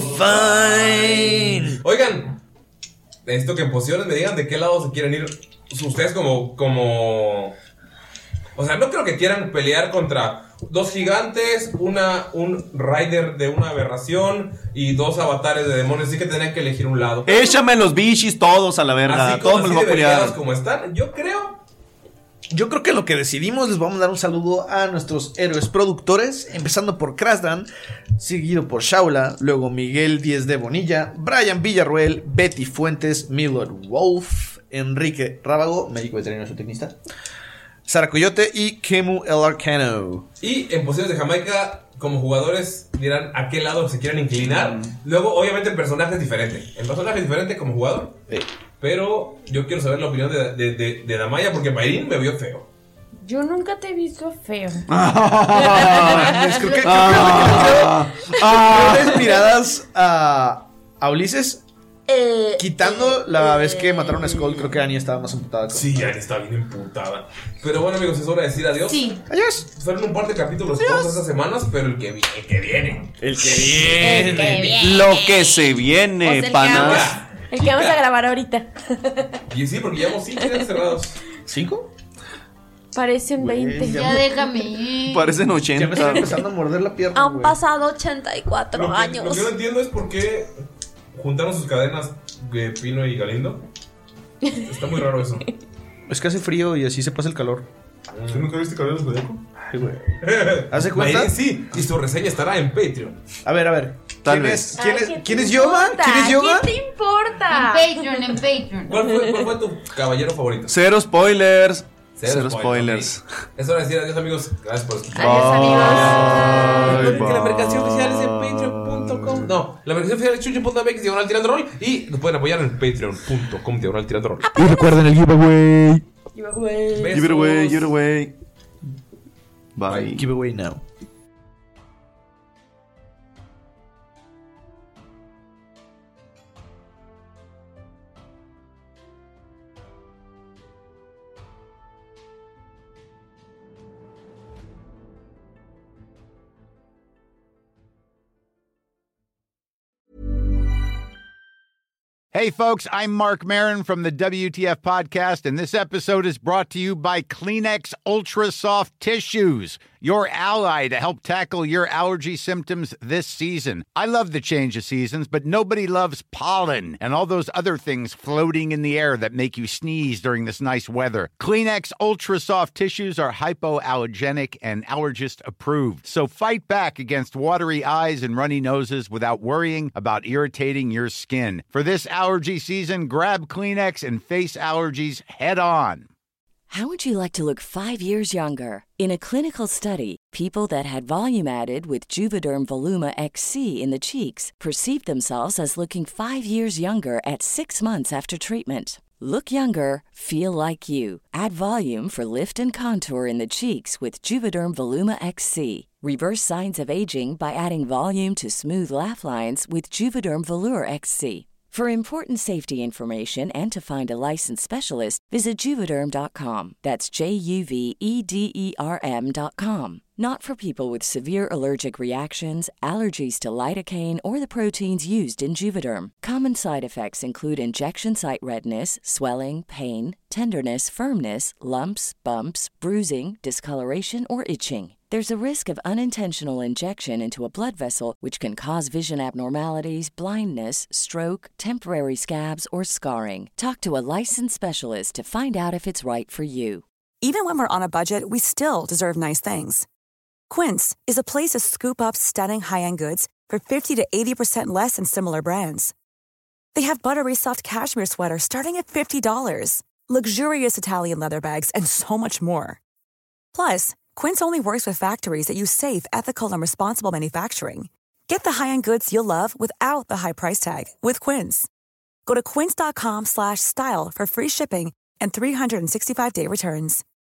find. Oigan, esto que en pociones me digan de qué lado se quieren ir. Ustedes como, como... O sea, no creo que quieran pelear contra dos gigantes, una, un rider de una aberración y dos avatares de demonios. Así que tendrían que elegir un lado. Échame los bichis todos a la verga. Así como Todos me así los voy a de verificados pelear. como están, yo creo. Yo creo que lo que decidimos, les vamos a dar un saludo a nuestros héroes productores, empezando por Krasdan, seguido por Shaula, luego Miguel Díez de Bonilla, Brian Villarruel, Betty Fuentes, Millard Wolf, Enrique Rábago, médico veterinario zootecnista, Sara Coyote y Kemu El Arcano. Y en pociones de Jamaica, como jugadores, dirán a qué lado se quieren inclinar. Luego, obviamente, en personajes diferentes. En personajes diferentes como jugador. Sí. Pero yo quiero saber la opinión de, de, de, de Damaya, porque Mayrin me vio feo. Yo nunca te he visto feo. Creo que, creo que, Ah, ah. creo que miradas a, a Ulises. Eh, Quitando la vez que mataron a Skull, creo que Annie estaba más emputada. Sí, ya está bien emputada. Pero bueno, amigos, es hora de decir adiós. Sí. Adiós. Fueron un par de capítulos cortos estas semanas, pero el que, vi- el que viene. El que viene. El que viene. Lo que se O viene, sea, el que panas. vamos- El que vamos a grabar ahorita. Y sí, porque llevamos cinco días cerrados. ¿Cinco? Parecen veinte. Ya déjame ir. Parecen Ya me ochenta. está empezando a morder la pierna. Han güey. pasado ochenta y cuatro Lo que, años. lo que no entiendo es por qué juntaron sus cadenas de Pino y Galindo. Está muy raro eso. Es que hace frío y así se pasa el calor. ¿Tú nunca viste Caballeros del Zodíaco? Ay, güey. ¿Hace cuenta? Mayrin sí, y su reseña estará en Patreon. A ver, a ver. Tal ¿Quién vez. es, quién Ay, es, ¿qué ¿quién te es Yoga? importa? ¿Quién es Yoga? ¿Qué te En importa? Patreon, en Patreon. ¿Cuál fue, cuál fue tu caballero favorito? Cero spoilers. Cero Cero spoilers, spoilers. ok. Es hora de decir adiós, amigos. Gracias por escuchar. Adiós, amigos. Recuerden que la mercancía oficial es en patreon punto com. No, la mercancía oficial es chucho punto m x diagonal tirando rol. Y nos pueden apoyar en patreon punto com diagonal tirando rol. Y recuerden el giveaway. Besos. Give it away, give it away. Bye. Giveaway now. Hey, folks, I'm Mark Maron from the W T F Podcast, and this episode is brought to you by Kleenex Ultra Soft Tissues, your ally to help tackle your allergy symptoms this season. I love the change of seasons, but nobody loves pollen and all those other things floating in the air that make you sneeze during this nice weather. Kleenex Ultra Soft Tissues are hypoallergenic and allergist approved, so fight back against watery eyes and runny noses without worrying about irritating your skin. For this allergy season, grab Kleenex and face allergies head on. How would you like to look five years younger? In a clinical study, people that had volume added with Juvederm Voluma X C in the cheeks perceived themselves as looking five years younger at six months after treatment. Look younger, feel like you. Add volume for lift and contour in the cheeks with Juvederm Voluma X C. Reverse signs of aging by adding volume to smooth laugh lines with Juvederm Volure X C. For important safety information and to find a licensed specialist, visit Juvederm dot com. That's J U V E D E R M dot com. Not for people with severe allergic reactions, allergies to lidocaine, or the proteins used in Juvederm. Common side effects include injection site redness, swelling, pain, tenderness, firmness, lumps, bumps, bruising, discoloration, or itching. There's a risk of unintentional injection into a blood vessel, which can cause vision abnormalities, blindness, stroke, temporary scabs, or scarring. Talk to a licensed specialist to find out if it's right for you. Even when we're on a budget, we still deserve nice things. Quince is a place to scoop up stunning high-end goods for fifty to eighty percent less than similar brands. They have buttery soft cashmere sweaters starting at fifty dollars, luxurious Italian leather bags, and so much more. Plus, Quince only works with factories that use safe, ethical, and responsible manufacturing. Get the high-end goods you'll love without the high price tag with Quince. Go to quince dot com slash style for free shipping and three sixty-five day returns.